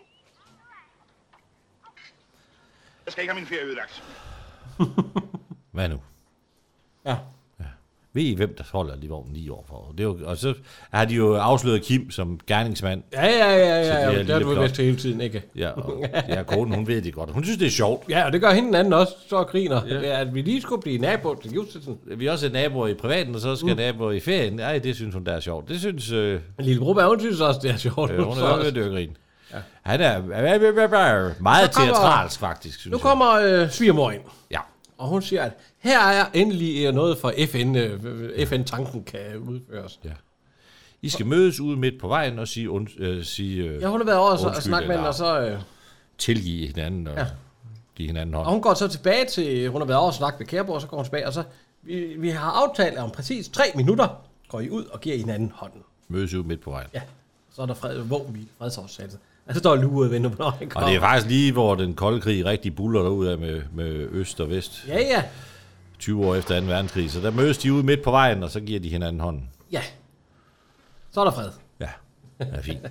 Jeg skal ikke have min ferie ødelagt. Hvad nu? Ja. ja. Ved I, hvem der holder lige vognen lige overfor? Det er jo, og så har de jo afsløret Kim som gerningsmand. Ja, ja, ja, ja, ja. Det, det har du vidst hele tiden, ikke? Ja, og ja, konen, hun ved det godt. Hun synes, det er sjovt. Ja, og det gør hende den anden også, så griner. Ja. At vi lige skulle blive nabo til Justitsen. Vi er også naboer i privaten, og så skal mm. naboer i ferien. Nej, det synes hun, der er sjovt. Det synes... Øh... Men Lille Broberg, hun synes også, det er sjovt. Øh, hun er også ved dørgrin. Ja. Han er meget teatralsk, faktisk, synes Nu kommer øh, svigermor ind. Ja. Og hun siger, at her er endelig noget for F N, øh, F N-tanken kan udføres. Ja. I skal mødes ude midt på vejen og sige... Und, øh, sige øh, ja, hun har været over og snakke med hende, og så... Øh, tilgive hinanden og ja. give hinanden hånd. Og hun går så tilbage til... Hun har været over og snakke med Kærborg, og så går hun tilbage, og så... Vi, vi har aftalt om præcis tre minutter, går I ud og giver hinanden hånden. Mødes ude midt på vejen. Ja. Så er der fred, våbenhvile, fredsafsættelse. Altså, der er luret og venter på, når han kommer. Og det er faktisk lige, hvor den kolde krig rigtig buller derudad med, med øst og vest. Ja, ja. tyve år efter anden verdenskrig. Så der mødes de ude midt på vejen, og så giver de hinanden hånden. Ja. Så er der fred. Ja, det er fint.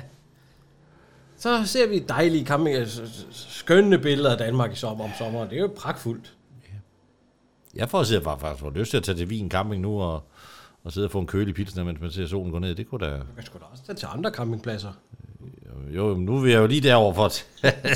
Så ser vi dejlige camping, skønne billeder af Danmark i sommer om sommeren. Det er jo pragtfuldt. Ja. Jeg får sidde faktisk for lyst til at tage til Wien Camping nu, og, og sidde og få en kølig pilsner, mens man ser solen gå ned. Det kunne da... Du kan sgu da også tage til andre campingpladser. Jo, nu er jeg jo lige derovre for at...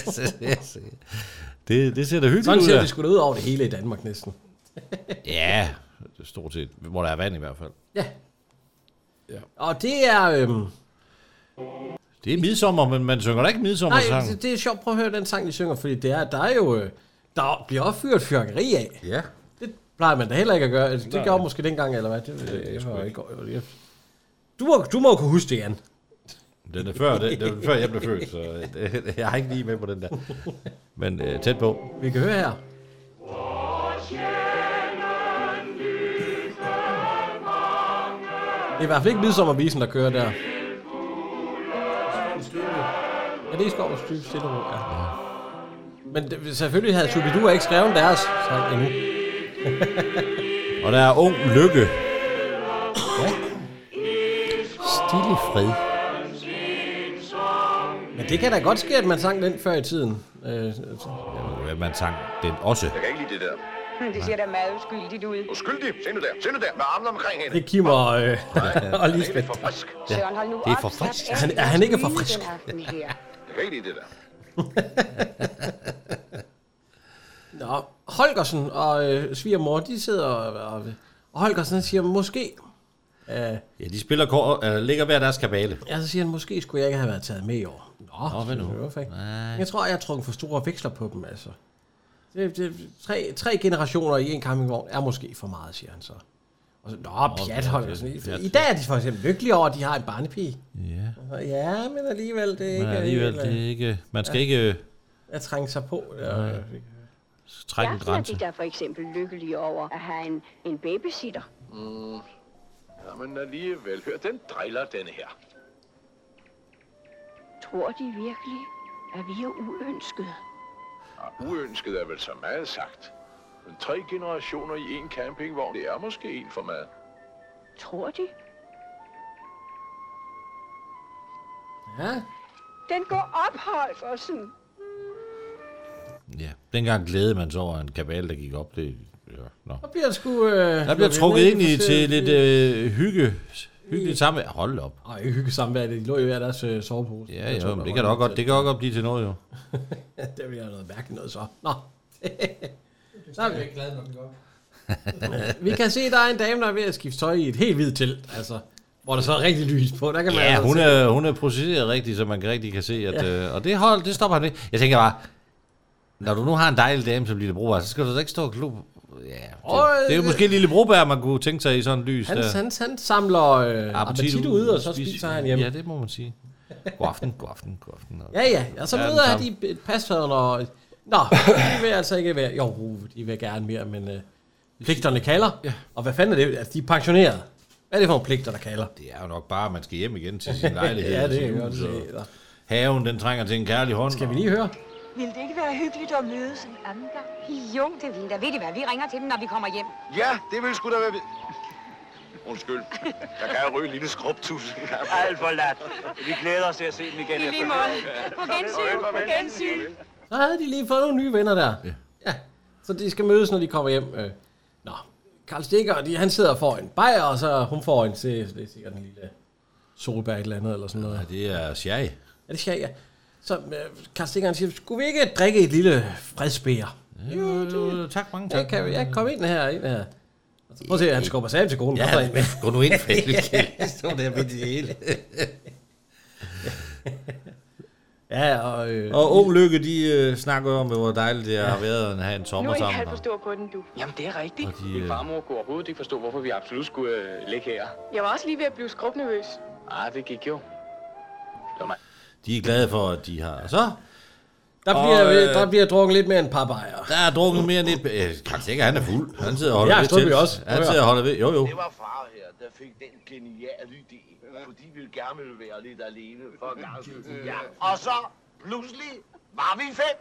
det, det ser da hyggeligt ud. Sådan ser det sgu da ud over det hele i Danmark næsten. Ja, stort set. Hvor der er vand i hvert fald. Ja. Ja. Og det er... Øhm... Det er midsommer, men man synger da ikke midsommersang. Nej, det, det er sjovt. Prøv at høre den sang, de synger, fordi det er, der er jo... Der bliver også fyret fyrkeri af. Ja. Det plejer man da heller ikke at gøre. Det gjorde måske dengang, eller hvad? Det, det, det, det jeg ikke. Jeg, du, må, du må kunne huske det, Jan. Den er før, det, det er før jeg blev født, så det, jeg er ikke lige med på den der. Men øh, tæt på. Vi kan høre her. Det er i hvert fald ikke midsommervisen, der kører der. Ja, det er Skovens Dybe, stille og ja. Men det, selvfølgelig havde Shubidua ikke skrevet deres sang endnu. Og der er Ung Lykke. Ja. Stille fred. Men det kan da godt ske, at man sang den før i tiden. Øh, ja, man sang den også. Jeg kan ikke lide det der. Det ser da meget uskyldigt ud. Uskyldig? Se nu der. Se nu der. Med armene omkring hende. Det er Kim og, øh, og Lisbeth. Det er for frisk. Ja, det er for frisk. Er han, er han ikke for frisk? Jeg kan ikke lide det der. Nå, Holgersen og øh, svigermor, de sidder og, og, og Holgersen siger måske... Øh, ja, de spiller kort, øh, ligger hver deres kabale. Ja, så siger han, måske skulle jeg ikke have været taget med i år. Nå, Nå hvad nu? Jeg tror, jeg har trukket for store veksler på dem, altså. Det, det, tre, tre generationer i en campingvogn er måske for meget, siger han så. Og så, nå, pjat, Holgersen. I dag er de for eksempel lykkelige over, at de har en barnepige. Ja. Ja, men alligevel, det er ikke... Men alligevel, det er ikke... Man skal ja. ikke... At trænge sig på. Ja. Trække en grænse. Jeg er de der for eksempel lykkelige over at have en, en babysitter. Mm. Jamen alligevel, hør, den driller denne her. Tror de virkelig, at vi er uønskede? Ja, uønsket er vel så meget sagt. Men tre generationer i en campingvogn, det er måske en for meget. Tror de? Ja. Den går op, Holgersen. Ja, dengang glædede man så over en kabale, der gik op. Det, ja, no. Der bliver sgu... Øh, der bliver trukket ind i til lidt øh, hygge, hyggeligt samvær. Hold op. Ej, hygge samvær, de lå jo hver deres øh, sovepose. Ja, ja, men det kan da også godt, det kan også godt blive til noget, jo. Det bliver noget mærkeligt noget så. Nå. Så er vi ikke glade, når vi går. Vi kan se, der er en dame, der er ved at skifte tøj i et helt hvidt telt, altså. Hvor der så er rigtig lys på. Der kan man ja, hun er, hun er processeret rigtigt, så man kan rigtig kan se, at... Ja. Øh, og det hold, det stopper han ikke. Jeg tænker bare, når du nu har en dejlig dame, som Lille Broberg, så skal du da ikke stå og klub. Ja, det, oh, det er jo måske Lille Broberg, man kunne tænke sig i sådan en lys. Han, han, han samler øh, appetit ud, og så spiser han hjemme. Ja, det må man sige. God aften, god aften, god aften. Ja, ja, og så møder ja, de et pasfaderen, og... Nå, de vil altså ikke være... Jo, de vil gerne mere, men øh, pligterne kalder. Ja. Og hvad fanden er det? Altså, de er pensioneret. Hvad er det for nogle pligter, der kalder? Det er jo nok bare, at man skal hjem igen til sin lejlighed. Ja, det er jo godt. Haven, den trænger til en kærlig hånd. Skal vi lige høre? Ville det ikke være hyggeligt at mødes en anden gang? Jo, det vil da. Ved I hvad, vi ringer til den, når vi kommer hjem. Ja, det vil sgu da være... Undskyld. Der kan jo ryge en lille skrubtus. Alt for lat. Vi glæder os til at se dem igen. I lige måde. På gensyn, på gensyn. Så havde de lige fået nogle nye venner der. Ja. ja. Så de skal mødes, når de kommer hjem. Øh. Nå, Karl Stikker, de, han sidder for en bajer, og så hun får en til, det er sikkert en lille solbær eller andet, eller sådan noget. Ja, det er sherry. Ja, det er sherry, ja. Så øh, Karl Stikker, han siger, skulle vi ikke drikke et lille fridsbær? Ja, jo, jo, tak, mange tak. Ja, kan vi, ja, kom ind her, ind her. Prøv at se, han skubber sig af til konen. Ja, gå nu ind, Frederik. Stå der midt i det hele. ja, og... Øh, og Ung Lykke, de øh, snakker om, hvor dejligt det har været at have en sommer sammen. Nu er jeg ikke halvt forstå på den, du. Jamen, det er rigtigt. De, Min øh... farmor kunne overhovedet ikke forstå, hvorfor vi absolut skulle øh, ligge her. Jeg var også lige ved at blive skrubnervøs. Ah, det gik jo. Det var mig. De er glade for, at de har... Så... Der bliver, og, øh, der bliver drukket lidt mere end par bajer. Der er drukket mere end et... Øh, Karl Stikker, han er fuld. Han sidder og holder ja, ved til. Også. Han sidder og holder ved. Jo, jo. Det var far her, der fik den geniale idé. Fordi vi gerne ville være lidt alene for en gang skyld. Ja. Og så pludselig var vi fem.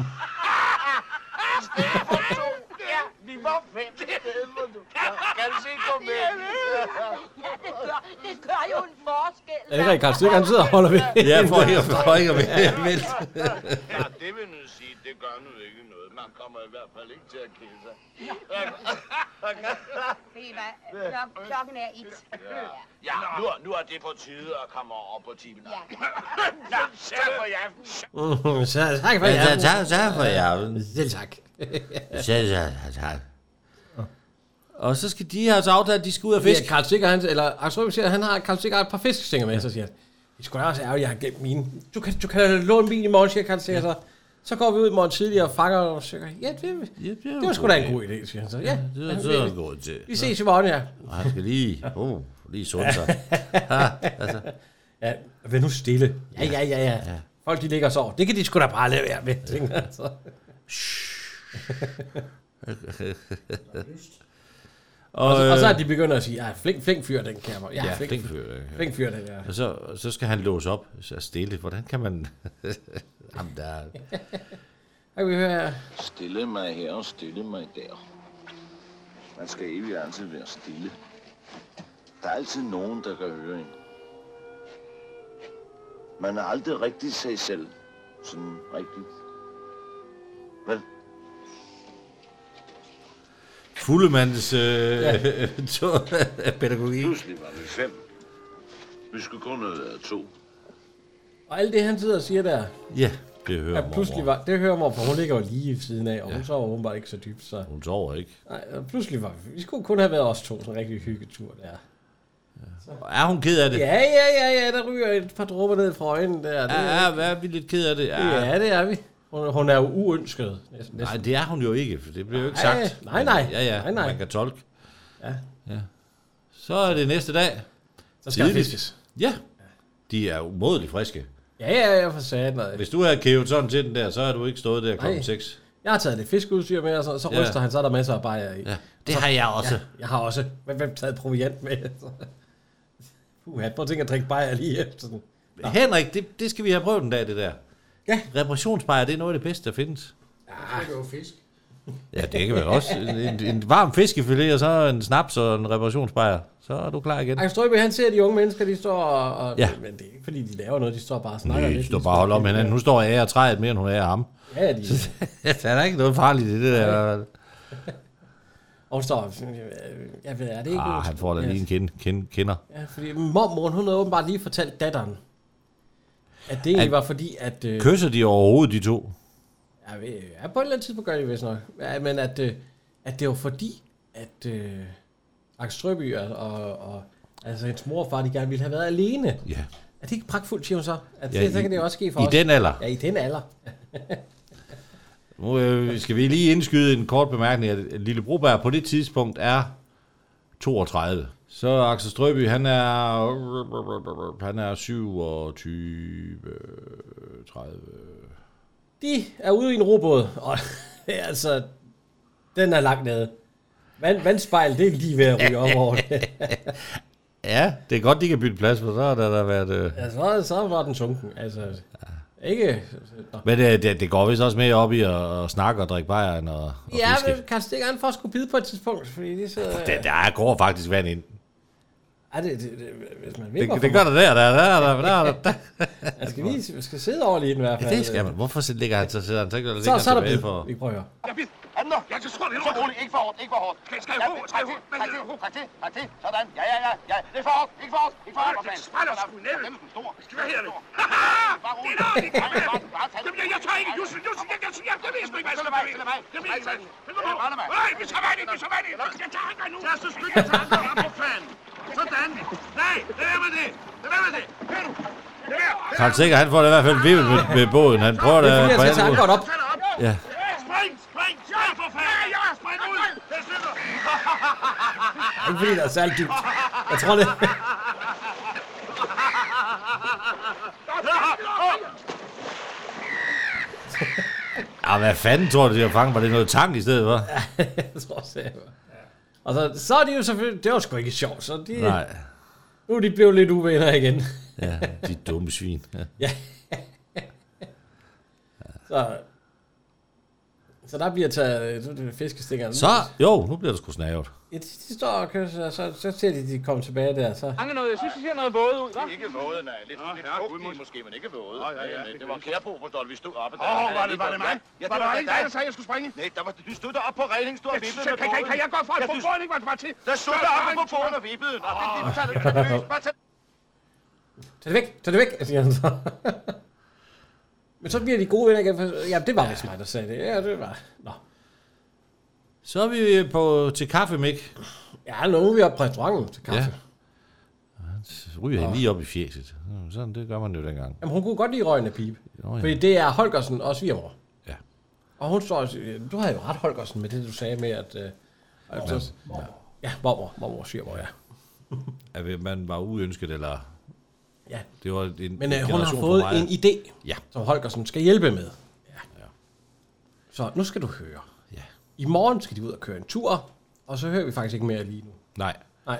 I stedet for to. Ja, vi var fem i stedet for to. Kan du se, kom med? Ja, det gør, det gør jo en forskel. Ja, det er rigtigt, Karl Stikker, han sidder og holder ved. Ja, for ikke for ikke at Ja, det vil nu sige, det gør nu ikke noget. Man kommer i hvert fald ikke til at kede sig. Eva, klokken er et. Ja, nu, nu er det på tide at komme over på timen. Ja. Tak for i aften. Så tak for i aften. Tak for i aften. Selv tak. Selv tak. Og så skal de have så aftalt, at de skal ud og fiske. Ja, Karl Stikker, han, eller Axel siger, han har Karl Stikker et par fiskestænger med, så siger han, det skulle da også ærgerligt, jeg har gemt mine. Du kan, du kan låne min i morgen, siger Karl Stikker så. Så går vi ud i morgen tidligere og fanger og siger, ja, det, ja, det, det var sgu da en god idé, siger han så. Ja, det var så en god idé. Vi ses i morgen, ja. Og han skal lige, oh, lige sunde sig. Ja, altså. Ja, vær nu stille. Ja, ja, ja, ja. Folk, de ligger og sover. Det kan de sgu da bare lade være med, tænker jeg så. Og, og, så, og så er de begyndt at sige, ja, flink, flink fyr, den kan jeg. Ja, ja flink, flink fyr. Ja. Flink fyr, den ja. Og så, så skal han låse op, så stille. Hvordan kan man... Jamen, der er... Kan vi høre her? Stille mig her og stille mig der. Man skal evigt altid være stille. Der er altid nogen, der kan høre en. Man er aldrig rigtig sig selv. Sådan rigtigt. Vel? Fuldemands øh, ja. pædagogik. Pludselig var vi fem. Vi skulle kun have været to. Og alt det, han sidder og siger der... Ja, det hører ja, pludselig var, det hører mor, for hun ligger jo lige ved siden af, og ja. hun sover åbenbart ikke så dybt. Så. Hun sover ikke. Nej, pludselig var vi... Vi skulle kun have været os to, sådan en rigtig hyggetur der. Ja. Er hun ked af det? Ja, ja, ja, ja, der ryger et par dråber ned fra øjnene der. Det ja, er, ja, er vi lidt ked af det? Ja, ja det er vi. Hun, hun er jo uønsket. Næsten. Nej, det er hun jo ikke, for det bliver jo ikke nej, sagt. Nej, nej. Ja, ja, nej, nej. man kan tolke. Ja. ja. Så er det næste dag. Så skal Tidligt. fiskes. Ja, de er umådeligt friske. Ja, ja, jeg får sagt noget. Hvis du havde kævet sådan til den der, så har du ikke stået der klokken seks. Jeg har taget lidt fiskeudstyr med, og så, så ryster ja. han, så er der masser af bajer i. Ja, det så, har jeg også. Ja, jeg har også. Hvem har taget proviant med? Puh, prøv at tænke at drikke bajer lige efter den. Nå. Henrik, det, det skal vi have prøvet en dag, det der. Ja. Reparationsbajer, det er noget af det bedste, der findes. Ja, det er jo fisk. Ja, det kan vel også. En, en varm fiskefilet, og så en snaps og en reparationsbajer. Så er du klar igen. Ej, Strøby, han ser de unge mennesker, de står og... og ja. Men det er ikke, fordi de laver noget, de står bare og snakker lidt. lidt. De står bare og holder om hinanden. Nu står jeg ærer træet mere, end hun ærer ham. Ja, de... der er ikke noget farligt i det der. Og står... Jeg ved, er det ikke... Ah, han får da lige en kind, kind, kinder. Ja, fordi mormoren, hun havde åbenbart lige fortalt datteren, at det egentlig var fordi, at... Øh, kysser de overhovedet, de to? Ja, ja, på et eller andet tidspunkt gør de vist nok. Ja, men at, øh, at det var fordi, at øh, Axel Strøby og, og, og altså hendes mor og far, de gerne ville have været alene. Ja. Er det ikke pragtfuldt, siger hun så? At ja, det, så kan det også ske for i os. I den alder? Ja, i den alder. Nu øh, skal vi lige indskyde en kort bemærkning, at Lille Broberg på det tidspunkt er toogtredive. Så Axel Strøby, han er, han er syvogtyve, tredive... De er ude i en robåd, og altså, den er langt nede. Vand, vandspejl, det er lige ved at ryge op over det. Ja, det er godt, de kan bytte plads, for så har der, der været... Øh... Ja, så, så var den sunken, altså. Ja. Ikke? Nå. Men det, det, det går vist også med op i at, at snakke og drikke bajeren og, og Ja, fiske. men kan stikke an for at skulle bide på et tidspunkt, fordi det sidder... Der, der går faktisk vand ind. Ja, det, det, det, hvis man Det, det gør der der, der, der, der, der, der, der. Jeg skal lige jeg skal sidde over lige den i hvert fald. Ja, det skal man. Hvorfor ligger han så sidder han? Så, så, Så, så er der bid. For... Vi prøver at høre. Jeg bid. Anden. Jeg skal slå det. Så roligt. Ikke for hårdt. Ikke for hårdt. Skal jeg få? Træk til. Træk til. Træk til. Træk til. Sådan. Ja, ja, ja. Ja. Ikke for hårdt. Ikke for hårdt. Ikke for hårdt. Det spræller sgu i nævnet. Stor. Skal vi her det? Bare roligt. Det er noget. Jeg tager ikke. Jussi, Jussi. Jeg jeg jeg jeg ved sgu ikke, hvad jeg skal gøre. Jeg ved ikke. Nej, vi skal vande. Vi skal vande. Jeg tager ikke nu. Jeg er så stykke. Jeg tager ikke op på fanden. Sådan. Nej, det er med det. Det er med det. Hør du. Karl Sikker, han får det i hvert fald vivet med, med båden. Han prøver det. Det er fordi, jeg skal tage godt op. Ja. Spring, spring, spring for fanden. Ja, spring ud. Det slutter. Ikke fordi, det er særligt dybt. Jeg tror det. Ja, hvad fanden tror du, de har fanget? Var det noget tang i stedet, hva'? Ja, jeg tror også, det var. Og så, så er de jo selvfølgelig... Det var sgu ikke sjovt, så de... Nej. Nu er de blevet lidt uvenner igen. Ja, de dumme svin. Ja. Ja. Så... Så der bliver taget fiskestikkerne. Så, jo, nu bliver det sgu snavet. Ja, de, de står og kører, så, så, så ser de, de kommer tilbage der, så... Anke noget, jeg synes, vi ser noget våde ud, hva'? Ikke våde, nej. Lidt, lidt fugtigt måske, men ikke våde. Ja, ja, ja. Det var Kærbo, forstår du, vi stod oppe der. Åh, var det, var det mig? Ja, Var det ikke dig, der sagde, jeg skulle springe? Nej, der var, du stod deroppe på reglingen, stod og vippede med Kan, kan, kan jeg gå for at få båden, ikke? Var til? Der stod deroppe på båden og vippede. Nå, det er det. Bare tag Tag det væk, tag det væk, siger han så. Men så bliver de gode venner igen. Ja, det var vist mig, der sagde det. Ja, det var... Nå. Så er vi på, til kaffe, Mik. Ja, nu er vi oppe på restauranten til kaffe. Ja. Så ryger han lige op i fjeset. Sådan, det gør man jo dengang. Jamen, hun kunne godt lide røgen af pibe. Nå, ja. Fordi det er Holgersen og svigermor. Ja. Og hun står og siger, du havde jo ret, Holgersen, med det, du sagde med, at... Øh, at ja, ja, mormor, mormor, svigermor, ja. At man var uønsket, eller... Ja. Det var en Men øh, hun har fået en idé, ja. som Holgersen skal hjælpe med. Ja. Ja. Så nu skal du høre. Ja. I morgen skal de ud og køre en tur, og så hører vi faktisk ikke mere lige nu. Nej. Nej.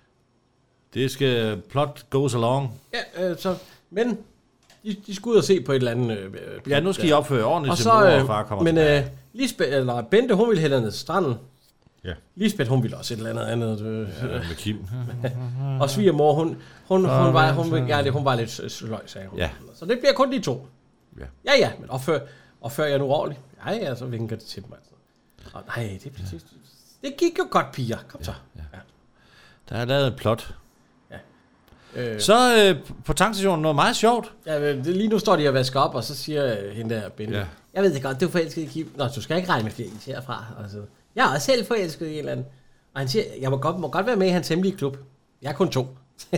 Det skal plot goes along. Ja, øh, så, men de, de skal ud og se på et eller andet... Øh, ja, nu skal I opføre ordentligt, og til så, mor øh, og far kommer men, tilbage. øh, Lisbeth, eller Bente, hun ville hellere ned til stranden. Ja. Lisbeth, hun ville også et eller andet andet. Øh, ja, med Kim. og svigermor, hun, hun, hun, hun, var, hun, ja, det, hun var lidt sløj, sagde hun. Ja. Så det bliver kun de to. Ja, ja, ja men opfør, opfør jeg nu ordentligt. Ja, ja, så vinker det til mig. Og nej, det, det, det gik jo godt, piger. Kom så. Ja, ja. Der er lavet et plot. Ja. Øh, så øh, på tankstationen noget meget sjovt. Ja, det, lige nu står de og vasker op, og så siger øh, hende der, Bente. Ja. Jeg ved det godt, du er forelsket i Kim. Nå, du skal ikke regne med flere is herfra. Altså, jeg er også selv forelsket i en eller anden. Og han siger, jeg må godt, må godt være med i hans hemmelige klub. Jeg er kun to. mm,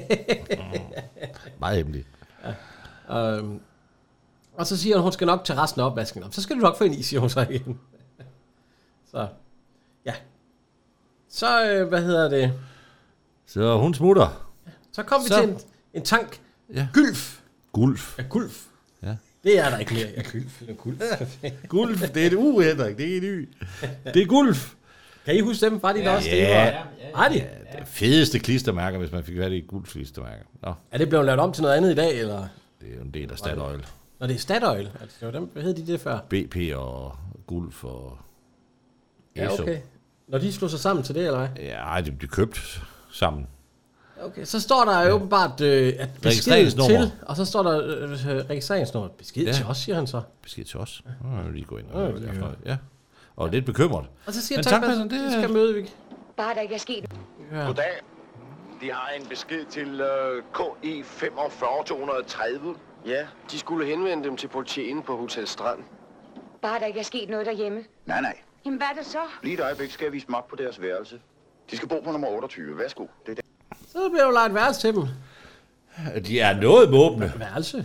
meget hemmelig. Ja. Um, og så siger hun, hun skal nok tage resten af opvasken. Så skal du nok få en is, siger hun så igen. Så, ja. Så, øh, hvad hedder det? Så hun smutter. Så kom vi så. til en, en tank. Ja. Gylf. Gulf. Ja, gulf. Ja. Det er der ikke mere. Ja, gylf. Eller gulf. Gulf, det er et u, Henrik. Det er en y. Det er gulf. Kan I huske dem? Var de der også? Ja, ja, ja, ja. De? Ja, det fedeste klistermærker, hvis man fik været i et gulf klistermærker. Nå. Er det blevet lavet om til noget andet i dag, eller? Det er jo en del af Statoil. Nå, det er Statoil. Altså, det var dem, hvad hed de det før? B P og Gulf og... Ja, okay. Når de slog sig sammen til det, eller hvad? Ja, de blev købt sammen. Okay, så står der ja. åbenbart, øh, at besked til, og så står der øh, registreringsnummer. Besked ja. til os, siger han så. Besked til os. Nu må vi lige gå ind og ja, ja. ja. Og ja. lidt bekymret. Og så siger tankpasseren, det de skal møde vi. Bare der ikke er sket. Ja. Goddag. De har en besked til uh, K I femogfyrre to tredive. Ja, de skulle henvende dem til politien på Hotel Strand. Bare der ikke er sket noget derhjemme. Nej, nej. Jamen, hvad er det så? Lige et øjeblik skal jeg vise dem op på deres værelse. De skal bo på nummer otteogtyve. Værsgo. Det er det. Så bliver jo lagt værelse til dem. De er noget måbne. Værelse?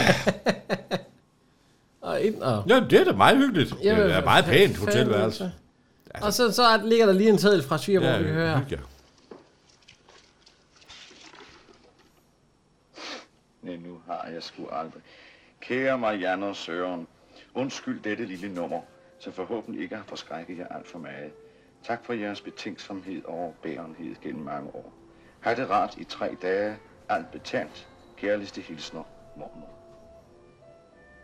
og ind og... Ja, det er da meget hyggeligt. Ja, det er meget pænt hotelværelse. Altså. Og så, så ligger der lige en seddel fra svigermor, ja, vi hører. Hygge. Nej, nu har jeg sgu aldrig. Kære Marianne og Søren, undskyld dette lille nummer, så forhåbentlig ikke har forskrækket jer alt for meget. Tak for jeres betænksomhed og overbærenhed gennem mange år. Har det rart i tre dage, alt betalt. Kærligste hilsner, mormor.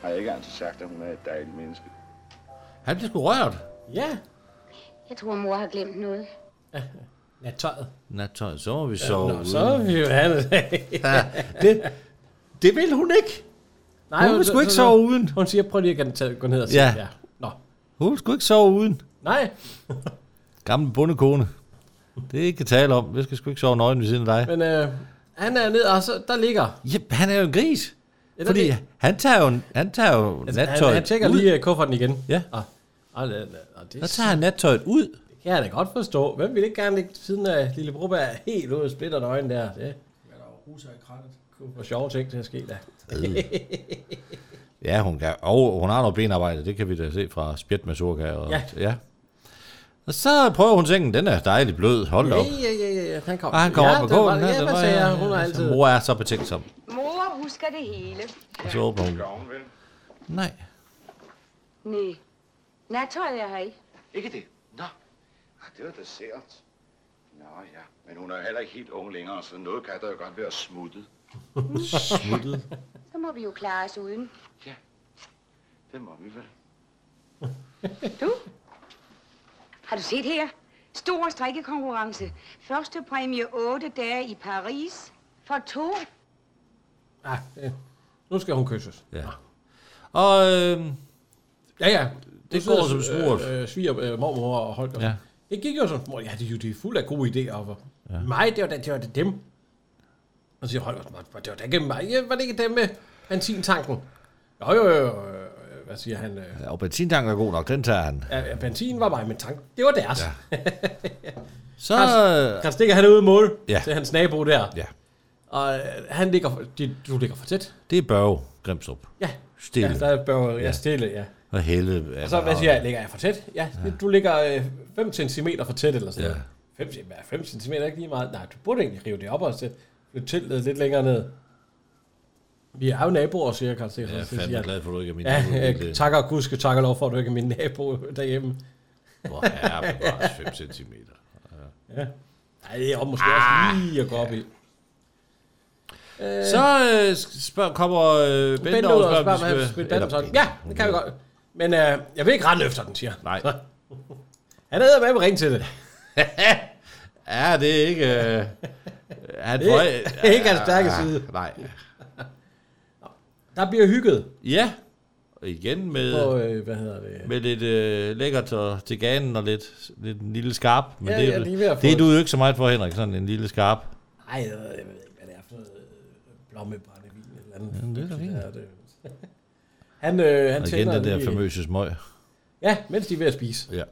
Har jeg ikke altid sagt, at hun er et dejligt menneske? Han bliver sgu rørt. Ja. Jeg tror, mor har glemt noget. Nattøjet. Nattøjet, så må vi sove Nå, uden. så er vi jo have Ja, det, det vil hun ikke. Nej, hun vil sgu ikke sove uden. Hun siger, prøv lige at tage- gå ned og se. Ja. Ja. Nå. Hun vil sgu ikke sove uden. Nej. Gamle bondekone. Det er ikke at tale om. Jeg skal sgu ikke sove nøgen ved siden af dig. Men øh, han er ned, og så der ligger... Ja, han er jo en gris. Ja, Fordi det- han tager jo, han tager jo Altså, han, nattøjet han tjekker ud. lige uh, kufferten igen. Ja. Og, og, og, og det, Så tager han nattøjet ud. Det kan jeg da godt forstå. Hvem vil ikke gerne ligge siden af Lille Broberg helt ude og splitter nøgen der? Det Ja, der var ruser i krattet. kunne få sjove ting til at ske da. Ja, hun kan. Og hun har noget benarbejde. Det kan vi da se fra spjæt med surkage. Og, Ja. ja. Og så prøver hun sengen. Den er dejligt blød. Hold da Ja, op. ja, ja, ja, ja. Han kommer. Og han kommer ja, op med det var- kålen. Ja, hvad sagde jeg? Hun er altid... Mor er så betænksom. Mor husker det hele. Og så åbner hun. Nej. Nej. Nattøjet er her ikke. Ikke det? Nå. Det var dessert. Nå ja, men hun er heller ikke helt ung længere, så noget kan der jo godt være smuttet. Smuttet? Så må vi jo klare os uden. Ja, det må vi vel. Du? Har du set her? Stor strikkekonkurrence. Første præmie otte dage i Paris. For to. Ja, øh, nu skal hun kysses. Ja. Og øh, Ja, ja. Det Nu går sidder, som smurt. Øh, øh, sviger, øh, mormor og Holger. Ja. Det gik jo som smurt. Ja, det er jo det er fuld af gode idéer. Og Ja. ja. Mig, det var, da- det var det dem. Og så siger Holger, det var da ikke mig. Ja, var det ikke dem med benzintanken? Jo, jo, jo. øh, Hvad siger han? Øh, ja, og benzintanken er god nok. Den tager han. Ja, ja, benzin var mig, men tank, det var deres. Ja. Så... Kan stikker han er ude i mål Ja. til hans nabo der. Ja. Og øh, han ligger, for- de, du ligger for tæt. Det er Børge Grimstrup. Ja. Stille. Ja, der er Børge, ja, Ja. stille, ja. Og Helle. Og så, hvad siger jeg, ligger jeg for tæt? Ja, ja. Du ligger øh, fem centimeter for tæt, eller sådan Ja. noget. fem centimeter er ikke lige meget. Nej, du burde egentlig rive det op og sætte teltet lidt længere ned. Vi er jo naboer, siger Karl Stefan. Jeg er Så fandme siger han, glad for, at du ikke er min ja, nabo. øh, Det- takker og gudske, takker lov for, at du ikke er min nabo derhjemme. Hvor er bare fem centimeter. Ja. Ej, det er måske ah, også lige at gå op i. Øh, Så øh, spørg, kommer øh, Bente Bente over ud og og spørger, spørger, om om vi han skal... spille badminton. Ja, det kan vi godt. Men øh, jeg vil ikke rende efter den, siger han. Nej. Han er med at ringe til det. Ja, det er ikke... Øh, er Det er ikke hans stærke side. Nej. Der bliver hygget. Ja. Og igen med... På, øh, hvad hedder det? Med lidt øh, lækkert og til ganen og lidt, lidt en lille skarp. Men Ja, det, ja, er, lige ved at få det er et- du jo ikke så meget for, Henrik, sådan en lille skarp. Nej, jeg ved ikke, hvad det er for noget øh, blommebrændevin eller andet. Jamen, det er da fint. Ja, det. Han, øh, han Og igen tænder den der lige- famøse smøg. Ja, mens de er ved at spise. Ja.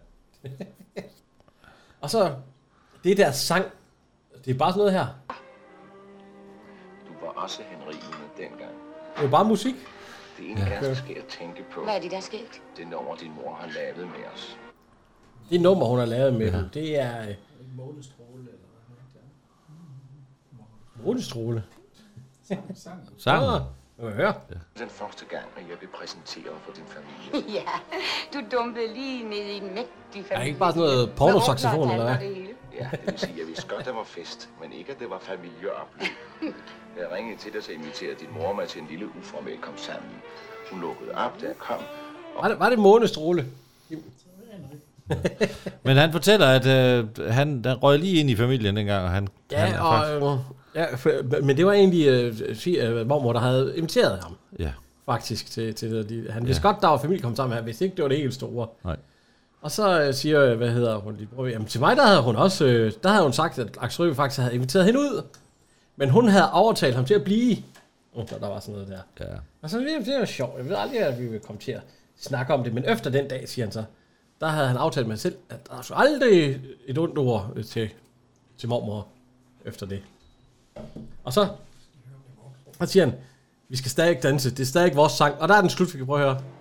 Og så, det der sang, det er bare sådan noget her. Du var også henrigende dengang. Det er jo bare musik. Det ene ja. ganske skal jeg tænke på. Hvad er det, der er sket? Det nummer, din mor har lavet med os. Det nummer, hun har lavet med ham, det er... Øh, Månestråle eller hvad? Månestråle. Sang. Sang. Ah, må jeg høre. Den første gang, at jeg vil præsentere for din familie. Ja, du dumpede lige ned i en mægtig familie. Er det ikke bare sådan noget pornosaxofon, eller hvad? Ja, det vil sige, jeg vidste godt, der var fest, men ikke, at det var familieopløb. Jeg ringede til dig, så inviterede din mor mig til en lille uformel kom sammen. Hun lukkede op, da jeg kom. Var det, var det månestråle? Men han fortæller, at øh, han der røg lige ind i familien dengang, og han... han Ja, og, øh, ja, for, men det var egentlig øh, sig- øh, mormor, der havde inviteret ham. Ja. Faktisk til, til det. Han vidste ja. godt, der var familie kommet sammen. Han vidste ikke, det var det helt store. Nej. Og så øh, siger, øh, hvad hedder hun lige? Jamen til mig, der havde hun også, øh, der havde hun sagt, at Axel Røbe faktisk havde inviteret hende ud. Men hun havde overtalt ham til at blive. Uh, der, der var sådan noget der. Ja. Og så det, det var sjovt. Jeg ved aldrig, at vi vil komme til at snakke om det. Men efter den dag, siger han så, der havde han aftalt med sig selv, at der er aldrig et ondt ord til, til mormor efter det. Og så, så siger han, vi skal stadig danse. Det er stadig vores sang. Og der er den slut, vi kan prøve at høre.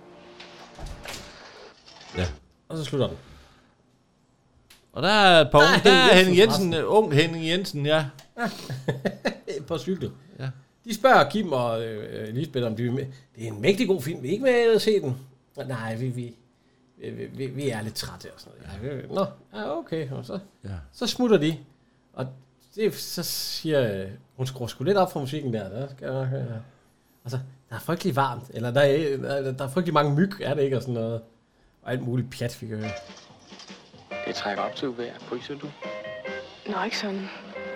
Ja. Og så slutter den. Og der er et par unge. Der Der er er Henning Henning Jensen Jensen, ung Henning Jensen, ja. På cykel. Ja. De spørger Kim og øh, Lisbeth, om de vil med. Det er en mægtig god film. Vi er ikke med at se den. Nej, vi, vi, vi, vi, vi er lidt trætte og sådan noget. Ja, nå, ja, okay. Og så, Ja. så smutter de. Og det, så siger øh, hun skruer sgu lidt op for musikken der. der skal jeg nok, øh. Altså, der er frygtelig varmt, eller der er, der, der er frygtelig mange myg, er det ikke, og sådan noget. Og alt muligt pjat, vi kan høre. Det trækker op til uvejr. Fryser du? Nå, ikke sådan.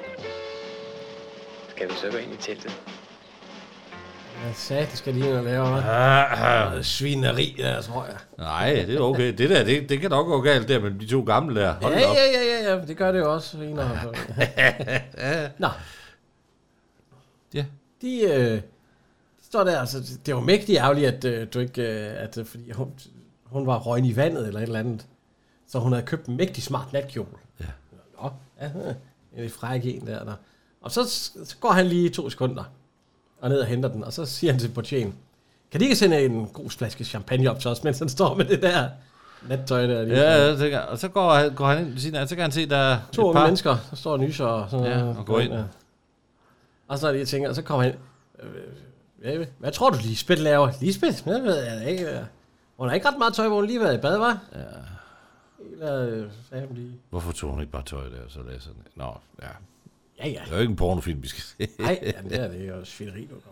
Skal du så gå ind i teltet? Hvad sagde, det skal de ind og lave, hva'? Ah, ah. Svineri, der, tror jeg. Nej, det er okay. Det der, det, det kan nok gå galt der med de to gamle der. Hold ja, da op. ja, ja, ja, ja, det gør det jo også. En og Nå. Ja. De, øh, de står der, altså, det var mægtigt ærgerligt, at øh, du ikke, øh, at, øh, fordi hun, hun var røgn i vandet eller et eller andet. Så hun havde købt en mægtig smart natkjole. Ja. Nå, ja, en fræk en der, der. Og så, så går han lige to sekunder og ned og henter den, og så siger han til portieren, kan de ikke sende en god flaske champagne op til os, mens han står med det der nattøj der? Ja, jeg tænker, og så går han, går han ind ved siden af, så kan han se, der er to unge mennesker, der står og nyser og sådan ja, og går ind. Ja. Og så er det, jeg tænker, og så kommer han øh, hvad, hvad tror du, Lisbeth laver? Lisbeth? Jeg ved jeg ikke. Hun har ikke ret meget tøj, hvor hun lige været i bad, var? Ja. Eller sagde hun lige. Hvorfor tog hun ikke bare tøj der, så læser den? Nå, ja. Ja, ja. Det er jo ikke en pornofilm, vi skal se. Nej, jamen, det er det jo svineri, du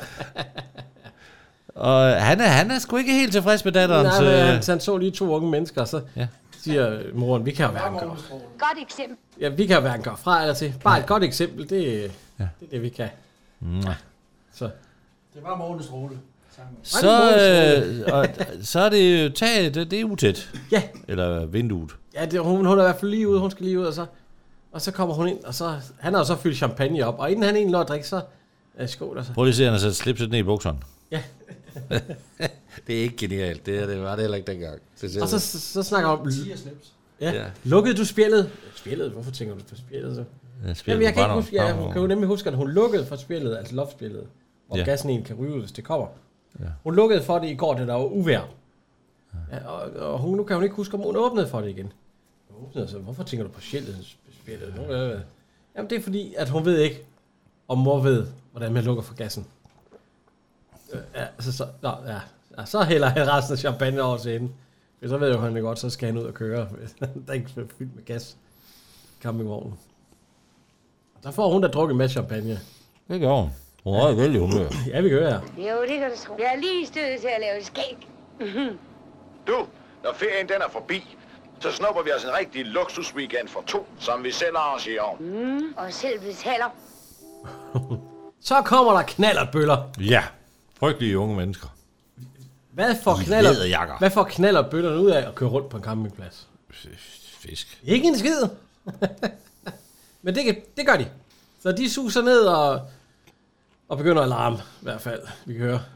Og han er, han er sgu ikke helt tilfreds med datterens... Nej, men han, øh... han så lige to unge mennesker, og så ja. siger moren, vi kan jo hverken gøre. Godt eksempel. Ja, vi kan jo hverken gøre fra eller til. Bare et godt eksempel, det, ja. det er det, vi kan. Nej. Så. Det var månestråle. Så, øh, og, så er det taget, det, det er utæt. Ja. Eller vinduet. Ja, det, hun, hun er i hvert fald lige ude, hun skal lige ud, og så, og så kommer hun ind, og så, han har jo så fyldt champagne op, og inden han egentlig når at drikke, så øh, skål altså. Prøv lige at se, han har sat slipset ned i bukserne. Ja. Det er ikke genialt, det, er, det var det heller ikke dengang. Det og så, så, så snakker hun om... Ja. Ja. Lukkede du spjældet? Spjældet? Hvorfor tænker du på spjældet så? Ja, Jamen, jeg kan ikke huske, ja, hun kan jo nemlig huske, at hun lukkede for spjældet, altså loftspjældet, hvor ja. gassen egentlig kan ryge ud, hvis det kommer. Ja. Hun lukkede for det i går, det der var uvejr. Ja, og, og hun, nu kan hun ikke huske, om hun åbnede for det igen. Hun åbnede, så hvorfor tænker du på spjældet? spjældet? Nu, øh, jamen, det er fordi, at hun ved ikke, om mor ved, hvordan man lukker for gassen. Øh, ja, så, så, nå, ja. Ja, så hælder han resten af champagne over til hende. For så ved jo han godt, så skal han ud og køre. Der er ikke fyldt med gas. Campingvognen. Der får hun da drukket en masse champagne. Det gør hun. Hun er vældig humør. Ja, vi gør, ja. Jo, det kan du tro. Jeg er lige stødt til at lave et skæg. Du, når ferien den er forbi, så snupper vi os en rigtig luksusweekend for to, som vi selv arrangerer. Mm, og selv betaler. Så kommer der knallertbøller. Ja, frygtelige unge mennesker. Hvad får knaller, hvad får knallerbøllerne ud af at køre rundt på en campingplads? Fisk. Ikke en skid. Men det, det gør de. Så de suser ned og, og begynder at larme, i hvert fald. Vi kan høre.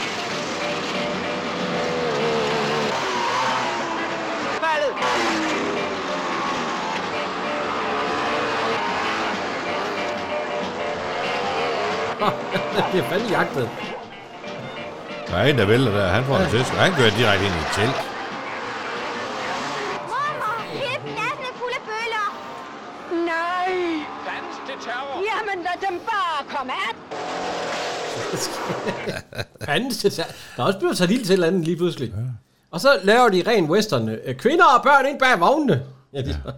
Det bliver fandme jagtet. Der er en, der vælter der. Han får en fisk, og han kører direkte ind i et telt. Mormor, hele pladsen er fuld af bøller. Nej. Dans til terror. Jamen, lad dem bare komme af. Fandens til terror. Der er også blevet taget lille til eller andet lige pludselig. Ja. Og så laver de ren western. Kvinder og børn ind bag vognene. Ja, de. Ja.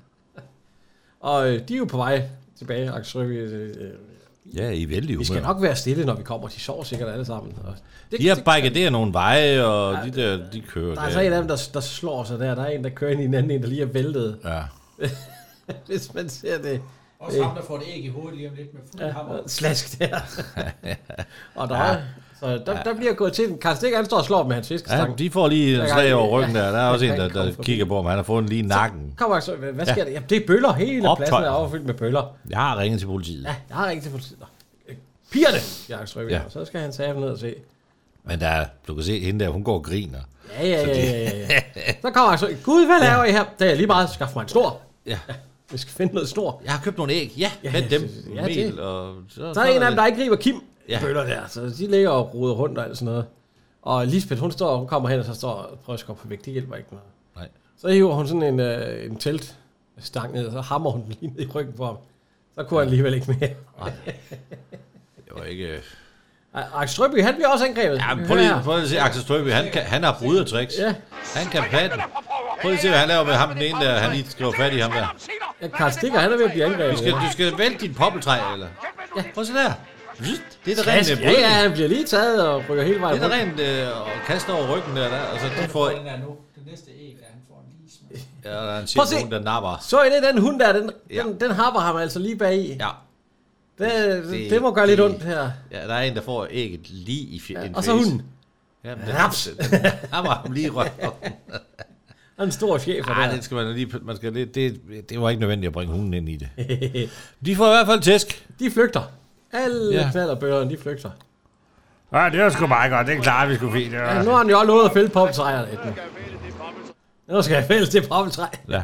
Og de er jo på vej tilbage. Ja, I er vældig humør. Vi skal nok være stille, når vi kommer. De sover sikkert alle sammen. Og det, de har barrikaderet nogle veje, og ja, de der, de kører. Der er så en af dem, der, der slår sig der. Der er en, der kører ind i en anden, en, der lige er væltet. Ja. Hvis man ser det. Også ham, der får det æg i hovedet lige om lidt med fuld ja, hammer. Slask der. Og der, ja. er, så der, der bliver gået til den. Karl Stikker, han står og slår med hans fiskestang. Ja, de får lige en slag over ryggen der. Der er også en, der, der kigger på, om han har fået en lige i nakken. Kom, så, hvad sker ja. der? Jamen, det er bøller. Hele Optøj. Pladsen er overfyldt med bøller. Jeg har ringet til politiet. Ja, jeg har ringet til politiet. Pigerne, jeg har ja. Så skal han tage dem ned og se. Men der, du kan se hende der, hun går og griner. Ja, ja, ja, ja, ja. Så kommer han så, gud, hvad laver I her? Det er lige meget, skaffe mig en snor. Ja. ja. Vi skal finde noget snor. Jeg har købt nogle æg. Ja, ja hent dem. Ja, mel, og så, så er der en af dem, der ikke griber Kim. Ja. Bøller der. Så de ligger og roder rundt og alt sådan noget. Og Lisbeth, hun står, hun kommer hen og så står og prøver at skubbe på væk. Det hjælper ikke noget. Nej. Så hiver hun sådan en, øh, en teltstang ned, og så hammer hun den lige ned i ryggen på ham. Så kunne han alligevel ikke mere. Nej. Det var ikke... Axel Strøby, han bliver også angrebet. Ja, prøv lige, prøv lige at se, Axel Strøby, han, kan, han har brydertricks. Ja. Han kan patte. Prøv lige at se, hvad han laver med ham den ene, der han lige skriver fat i ham der. Ja, Karl Stikker, han er ved at blive angrebet. Du skal, du skal vælte din poppeltræ, eller? Ja. Prøv at se der. Det er da Task, rent... ja, ja, han bliver lige taget og rykker hele vejen. Det er da rent øh, og kaster over ryggen der. der. Altså, de får... Den er nu. Det næste æg, der han får lige smidt. Ja, der er en sjældent hund, der napper. Så I det, den hund der, den, Ja. den, den happer ham altså lige bag i. Ja. Det, det, det må gøre lidt ondt her. Ja, der er en, der får ægget lige i fj- Ja, en og så face. hunden. Ja, den, Raps. den, den hammer ham lige i røven. Han er en stor chef for Nej, det. det skal man lige... Man skal, det, det, det var ikke nødvendigt at bringe hunden ind i det. De får i hvert fald tæsk. De flygter. Alle Ja. ja. knallerbøgerne, de flygter. Ja, det var sgu meget godt. Det er klart, vi skulle fint. Ja, nu har han jo også lovet at fælde poppeltræerne lidt. Nu skal jeg fælde det poppeltræ. Ja.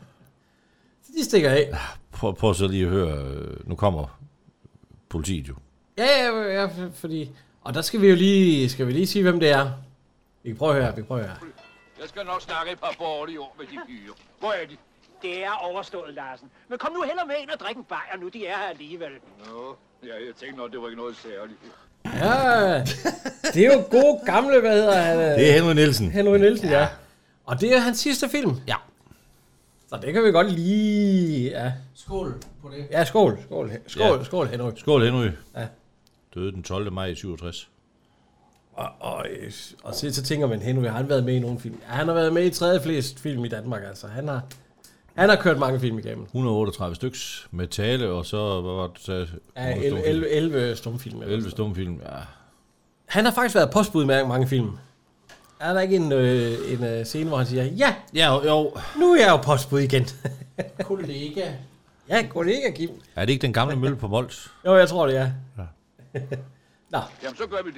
Så de stikker af. Prøv, prøv så lige at høre. øh, Nu kommer politiet jo. Ja, ja, ja, fordi... Og der skal vi jo lige, skal vi lige sige, hvem det er. Vi kan prøve at høre, vi kan prøve at høre. Jeg skal nok snakke et par borgerlige ord med de fyre. Hvor er de? Det er overstået, Larsen. Men kom nu heller med ind og drik en bajer nu, de er her alligevel. Nå, ja, jeg tænkte nok, det var ikke noget særligt. Ja, det er jo gode gamle, hvad hedder han? Det er Henry Nielsen. Henry Nielsen, ja. ja. Og det er hans sidste film. Ja. Så det kan vi godt lige... Ja. Skål på det. Ja, skål. Skål, skål, Ja. skål Henry. Skål, Henry. Ja. Døde den tolvte maj i syvogtres. Og, og, og så, så tænker man, Henry, har han været med i nogle film? Ja, han har været med i tredje flest film i Danmark, altså. Han har, han har kørt mange film igennem. et hundrede og otteogtredive styks med tale, og så, hvad var det, så, Ja, elleve stumfilm. elleve stumfilm, ja. Han har faktisk været postbud med mange film. Er der ikke en, øh, en øh, scene, hvor han siger, ja, ja jo. Nu er jeg jo postbud igen. Kollega. Ja, kollega Kim. Er det ikke den gamle mølle på Mols? Jo, jeg tror det, ja. Ja. Nå. Jamen, så gør vi det.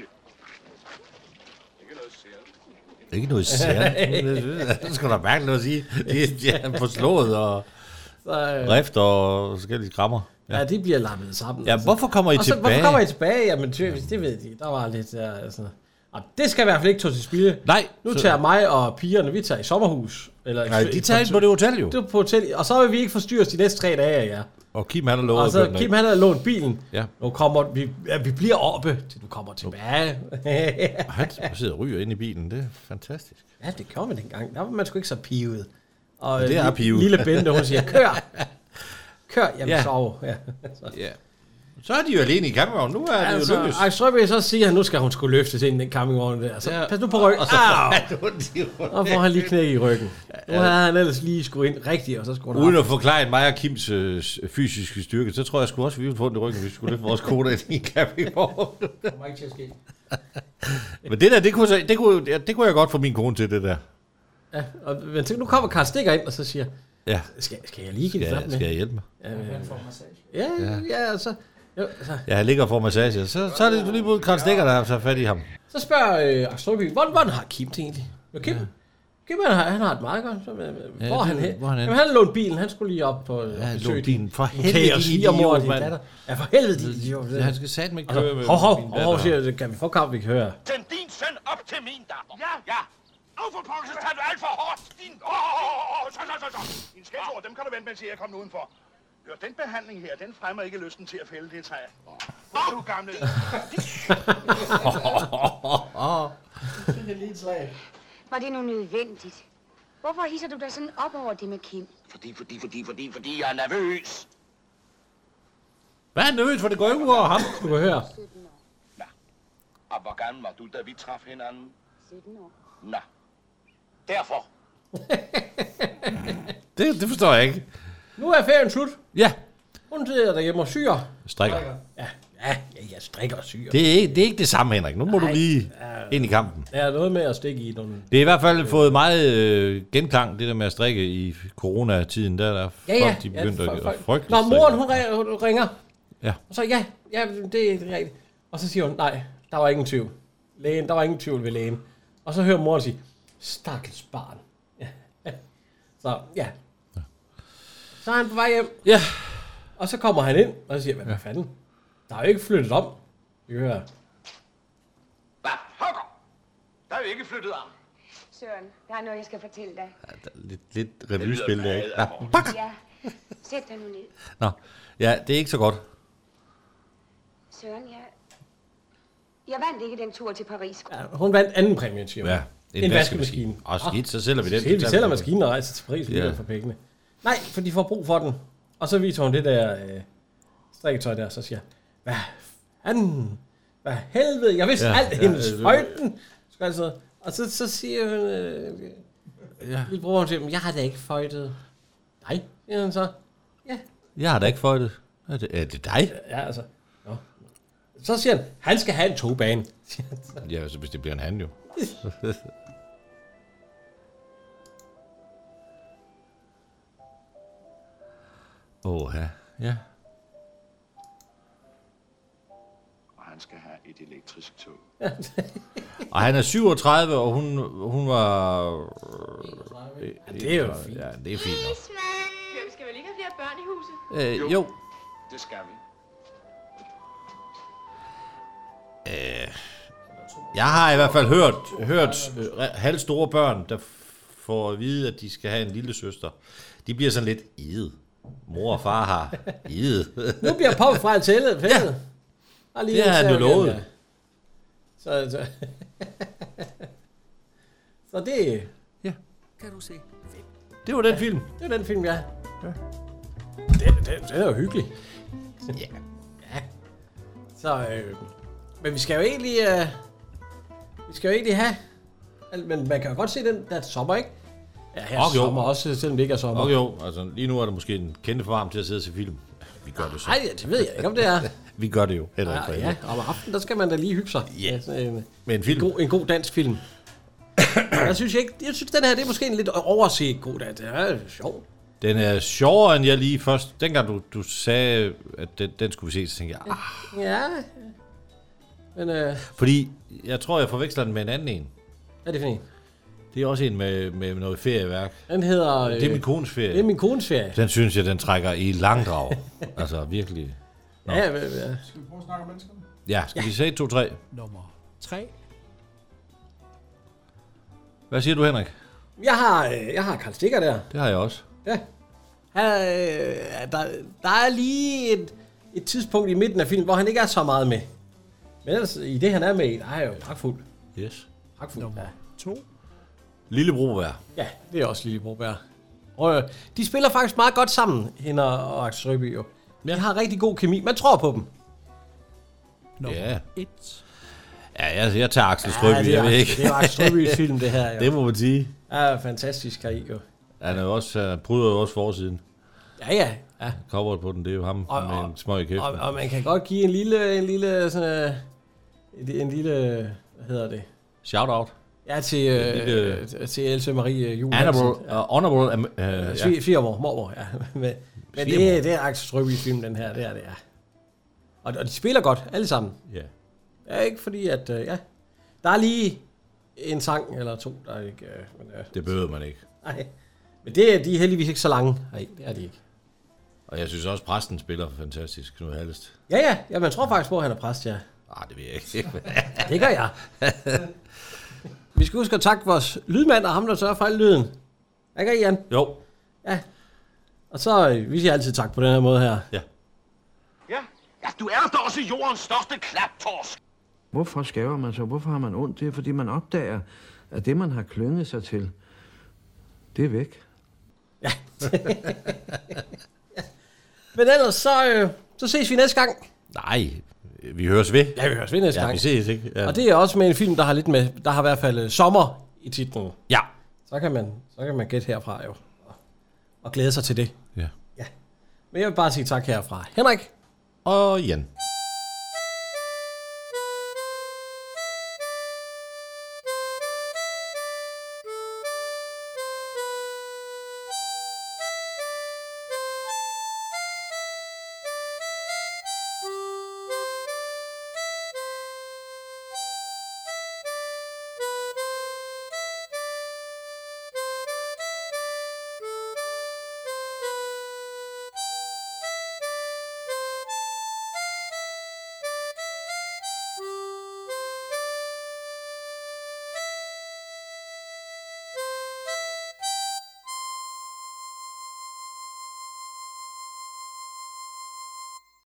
Ikke noget særligt. Ikke noget særligt. Det skal der mærke noget at sige. De er på slået og rift og forskellige krammer. Ja, de bliver lappet sammen. Ja, hvorfor kommer I og så, tilbage? Hvorfor kommer I tilbage? Jamen, typisk, det ved de. Der var lidt der, sådan. Og det skal i hvert fald ikke tage til spilde. Nej. Nu så... tager mig og pigerne, vi tager i sommerhus. Eller Nej, de tager ind på det hotel jo. Det er på hotel, og så vil vi ikke forstyrres de næste tre dage, ja. Og Kim han har lovet Og så Kim han har lånt bilen. Ja. Nu kommer vi, ja, vi bliver oppe, til du kommer tilbage. Han sidder og ryger inde i bilen, det er fantastisk. Ja, det gjorde vi dengang. Der var man sgu ikke så pivet. Og ja, det er pivet. Lille Bente, hun siger, kør. Kør, jamen Ja. sov. Ja. Så. Ja. Så er de jo alene i campingvognen. Nu er det Altså, jo lykkedes. Ej, Strøbæk så siger han, nu skal hun skulle løftes ind i den campingvogn der. Så Ja. pas nu på ryggen. Og så får Au! han ondt i ryggen. Og får han lige knæk i ryggen. Nu Ja. havde han ellers lige skulle ind rigtigt, og så skulle han Uden op. at forklare mig og Kims øh, fysiske styrke, så tror jeg sgu også, at vi ville få ondt i ryggen, hvis vi skulle løfte vores kone ind i en campingvogn. Det kommer ikke til at ske. Men det der, det kunne, så- det, kunne, ja, det kunne jeg godt få min kone til, det der. Ja, og, men tænk, nu kommer Karl Stikker ind, og så siger, Ja. skal, skal jeg lige give det Skal, fat med? skal jeg hjælpe mig? Ja, Han men- får massage. ja, Ja. ja, og så, jo, så, Ja, han ligger og får massage. Så, så er det lige mod Karl Stikker, der har taget fat i ham. så spørger øh, Strøbæk, hvordan, hvordan har Kim det egentlig? Jo, Kim, ja. Kim han har, han har et meget godt. Så, øh, Ja, hvor, er han det- hen? hvor er han henne? Jamen, han lånte bilen, han skulle lige op på øh, Ja, besøge lån bilen. For din helvede, kære din svigermor og idiot, din mand. datter. Ja, for helvede, din idiot. Ja, han skal satme ikke Og så, køre med hov, hov, min hov, datter. siger jeg, kan vi få kamp, vi kan høre? Send din søn op til min datter. Ja, ja. Og for pokker, så tager du alt for hårdt. Din... Åh, åh, åh, åh, så, så, så, så. Dine skældsord, dem kan du vente med, til jeg kommer udenfor. Hør, den behandling her, den fremmer ikke lysten til at fælde det træ. Hvor du gamle... Det er lige et slag. Var det nu nødvendigt? Hvorfor hisser du dig sådan op over det med Kim? Fordi, fordi, fordi, fordi, fordi jeg er nervøs. Hvad er nervøs for? Det går ikke ud over ham. Du kan høre. Og hvor gammel var du, da vi traf hinanden? sytten år. Nå. Derfor. Det, det forstår jeg ikke. Nu er ferien slut. Ja. Hun sidder derhjemme og syr. Strikker. Ja, ja, ja, jeg strikker og syr. Det er, ikke, det er ikke det samme, Henrik. Nu må Nej. du lige ind i kampen. Der er noget med at stikke i nogle... Det er i hvert fald fået meget øh, genklang, det der med at strikke i coronatiden. Der er der Ja, ja. folk, de begyndte ja, ja, for, at for, frygte. Når moren, hun ringer, hun ringer. Ja. Og så, ja, ja, det er rigtigt. Og så siger hun, nej, der var ingen tvivl. Lægen, der var ingen tvivl ved lægen. Og så hører moren sige, stakkels barn. Ja. Så, ja. Så er han på vej hjem. Ja. Og så kommer han ind, og så siger, hvad fanden? Der er jo ikke flyttet om. Vi hører. Hvad pokker? Der er jo ikke flyttet om. Søren, der er noget, jeg skal fortælle dig. Lidt, lidt revyspil der, ikke? Ja. Ja, sæt dig nu ned. Nå, ja, det er ikke så godt. Søren, jeg... Jeg vandt ikke den tur til Paris. Ja, hun vandt anden præmie, siger hun. Ja, en, en vaskemaskine. Og skidt, så sælger vi den. Skidt, vi sælger maskinen og rejser til Paris Ja. ja. for pengene. Nej, for de får brug for den. Og så viser hun det der øh, strikketøj der, så siger hvad Han... Hvad helvede? Jeg vidste Ja, ja, alt ja, hendes ja, højden. Altså, og så, så siger hun... Øh, ja. Lillebror til dem, jeg har da ikke føjtet. Nej, siger han så. Ja. Jeg har da ikke fået det. Er det, er det dig? Ja, altså. Nå. Så siger han, han skal have en togbane. Ja, så hvis det bliver en han jo. Åh, ja. Ja. Og han skal have et elektrisk tog. Og han er syvogtredive, og hun, hun var... Ja, det er jo fint. Ja, det er fint nok. Vi skal vel ikke have flere børn i huset? Øh, jo. Det skal vi. Øh, jeg har i hvert fald hørt, hørt øh, halvstore børn, der får at vide, at de skal have en lille søster. De bliver sådan lidt ide. Mor og far har ide. Nu bliver Pop fra tællet. Ja. Det har han jo lovet. Ja. Så, så. så det... Ja. Kan du se? Det var den film. Det var den film, ja. ja. Det, det, det er jo hyggeligt. Ja. Ja. Så, øh, men vi skal jo egentlig... Øh, vi skal jo egentlig have... Men man kan jo godt se den, der er sommer, ikke? Ja, her er sommer også, selvom det ikke er sommer. Og jo, altså lige nu er der måske en kende for varm til at sidde til film. Vi gør det så. Nej, det ved jeg ikke, om det er. Vi gør det jo heller Ja, ikke. ja, om aftenen, der skal man da lige hygge sig. Ja. Altså, en, med en film. En god, en god dansk film. jeg synes ikke, jeg synes den her, det er måske en lidt overset god dansk. Det er sjov. Den er sjovere, end jeg lige først... Dengang du, du sagde, at den, den skulle vi se, så tænkte jeg... Ah. Ja. Men, øh, Fordi jeg tror, jeg forveksler den med en anden en. Hvad er det for en? Det er også en med, med noget ferieværk. Den hedder... Det er min kones ferie. Det er min kones ferie. Den synes jeg, den trækker i langdrag. Altså virkelig. Nå. Ja, ja, ja. Skal vi prøve at snakke om menneskerne? Ja, skal Ja. vi sige to, tre? Nummer tre. Hvad siger du, Henrik? Jeg har, øh, jeg har Karl Stikker der. Det har jeg også. Ja. Han, øh, der, der er lige et, et tidspunkt i midten af filmen, hvor han ikke er så meget med. Men ellers, i det, han er med i, der er jo pragtfuldt. Yes. Pragtfuldt, Nummer ja. to. Lille Broberg. Ja, det er også Lille Broberg. Og øh, de spiller faktisk meget godt sammen, hende og Axel Strøby jo. De Ja. har rigtig god kemi. Man tror på dem. Nummer Ja. et. Ja, jeg, jeg tager Axel Strøby, det er, jeg ved ikke. Det er jo Axel Strøbys film, det her jo. Det må man sige. Ja, fantastisk krig jo. Han er jo også, uh, bryder jo også forsiden. Ja, ja. ja. Coveret på den, det er jo ham Og- med en smøg i kæften. Og, og man kan godt give en lille, en lille, sådan, en, en lille, hvad hedder det? Shout-out. Ja, til, øh, lille- til Else Marie Juhl. Honorable, uh, honorable uh, Ja. ja. Svi- Svigermor, mormor, ja. Men, men det, Svigermor. det er Axel Strøbys film, den her, det er det, ja. Og, og de spiller godt, alle sammen. Ja. Ja, ikke fordi, at, øh, ja. Der er lige en sang eller to, der er ikke... Øh, men, øh, Det behøver man ikke. nej. Men det, de er heldigvis ikke så lange. Nej, det er de ikke. Og jeg synes også, præsten spiller fantastisk, Knud Hallest. Ja, ja. Ja, man tror faktisk på, at han er præst, ja. Ah, det ved jeg ikke. Det gør jeg. Vi skal huske at takke vores lydmand og ham, der sørger for al lyden. Ikke, Jan? Jo. Ja. Og så, øh, vi siger altid tak på den her måde her. Ja. Ja, ja, du er da også jordens største klaptorsk. Hvorfor skæver man så? Hvorfor har man ondt? Det er, fordi man opdager, at det, man har klynget sig til, det er væk. Ja. Men ellers, så, øh, så ses vi næste gang. Nej, vi høres ved. Ja, vi høres ved næste ja, gang. vi ses, ikke? Ja. Og det er også med en film, der har lidt med, der har i hvert fald øh, sommer i titlen. Ja. Så kan man, så kan man gætte herfra jo. Og, og glæde sig til det. Ja. Ja. Men jeg vil bare sige tak herfra. Henrik. Og Jan.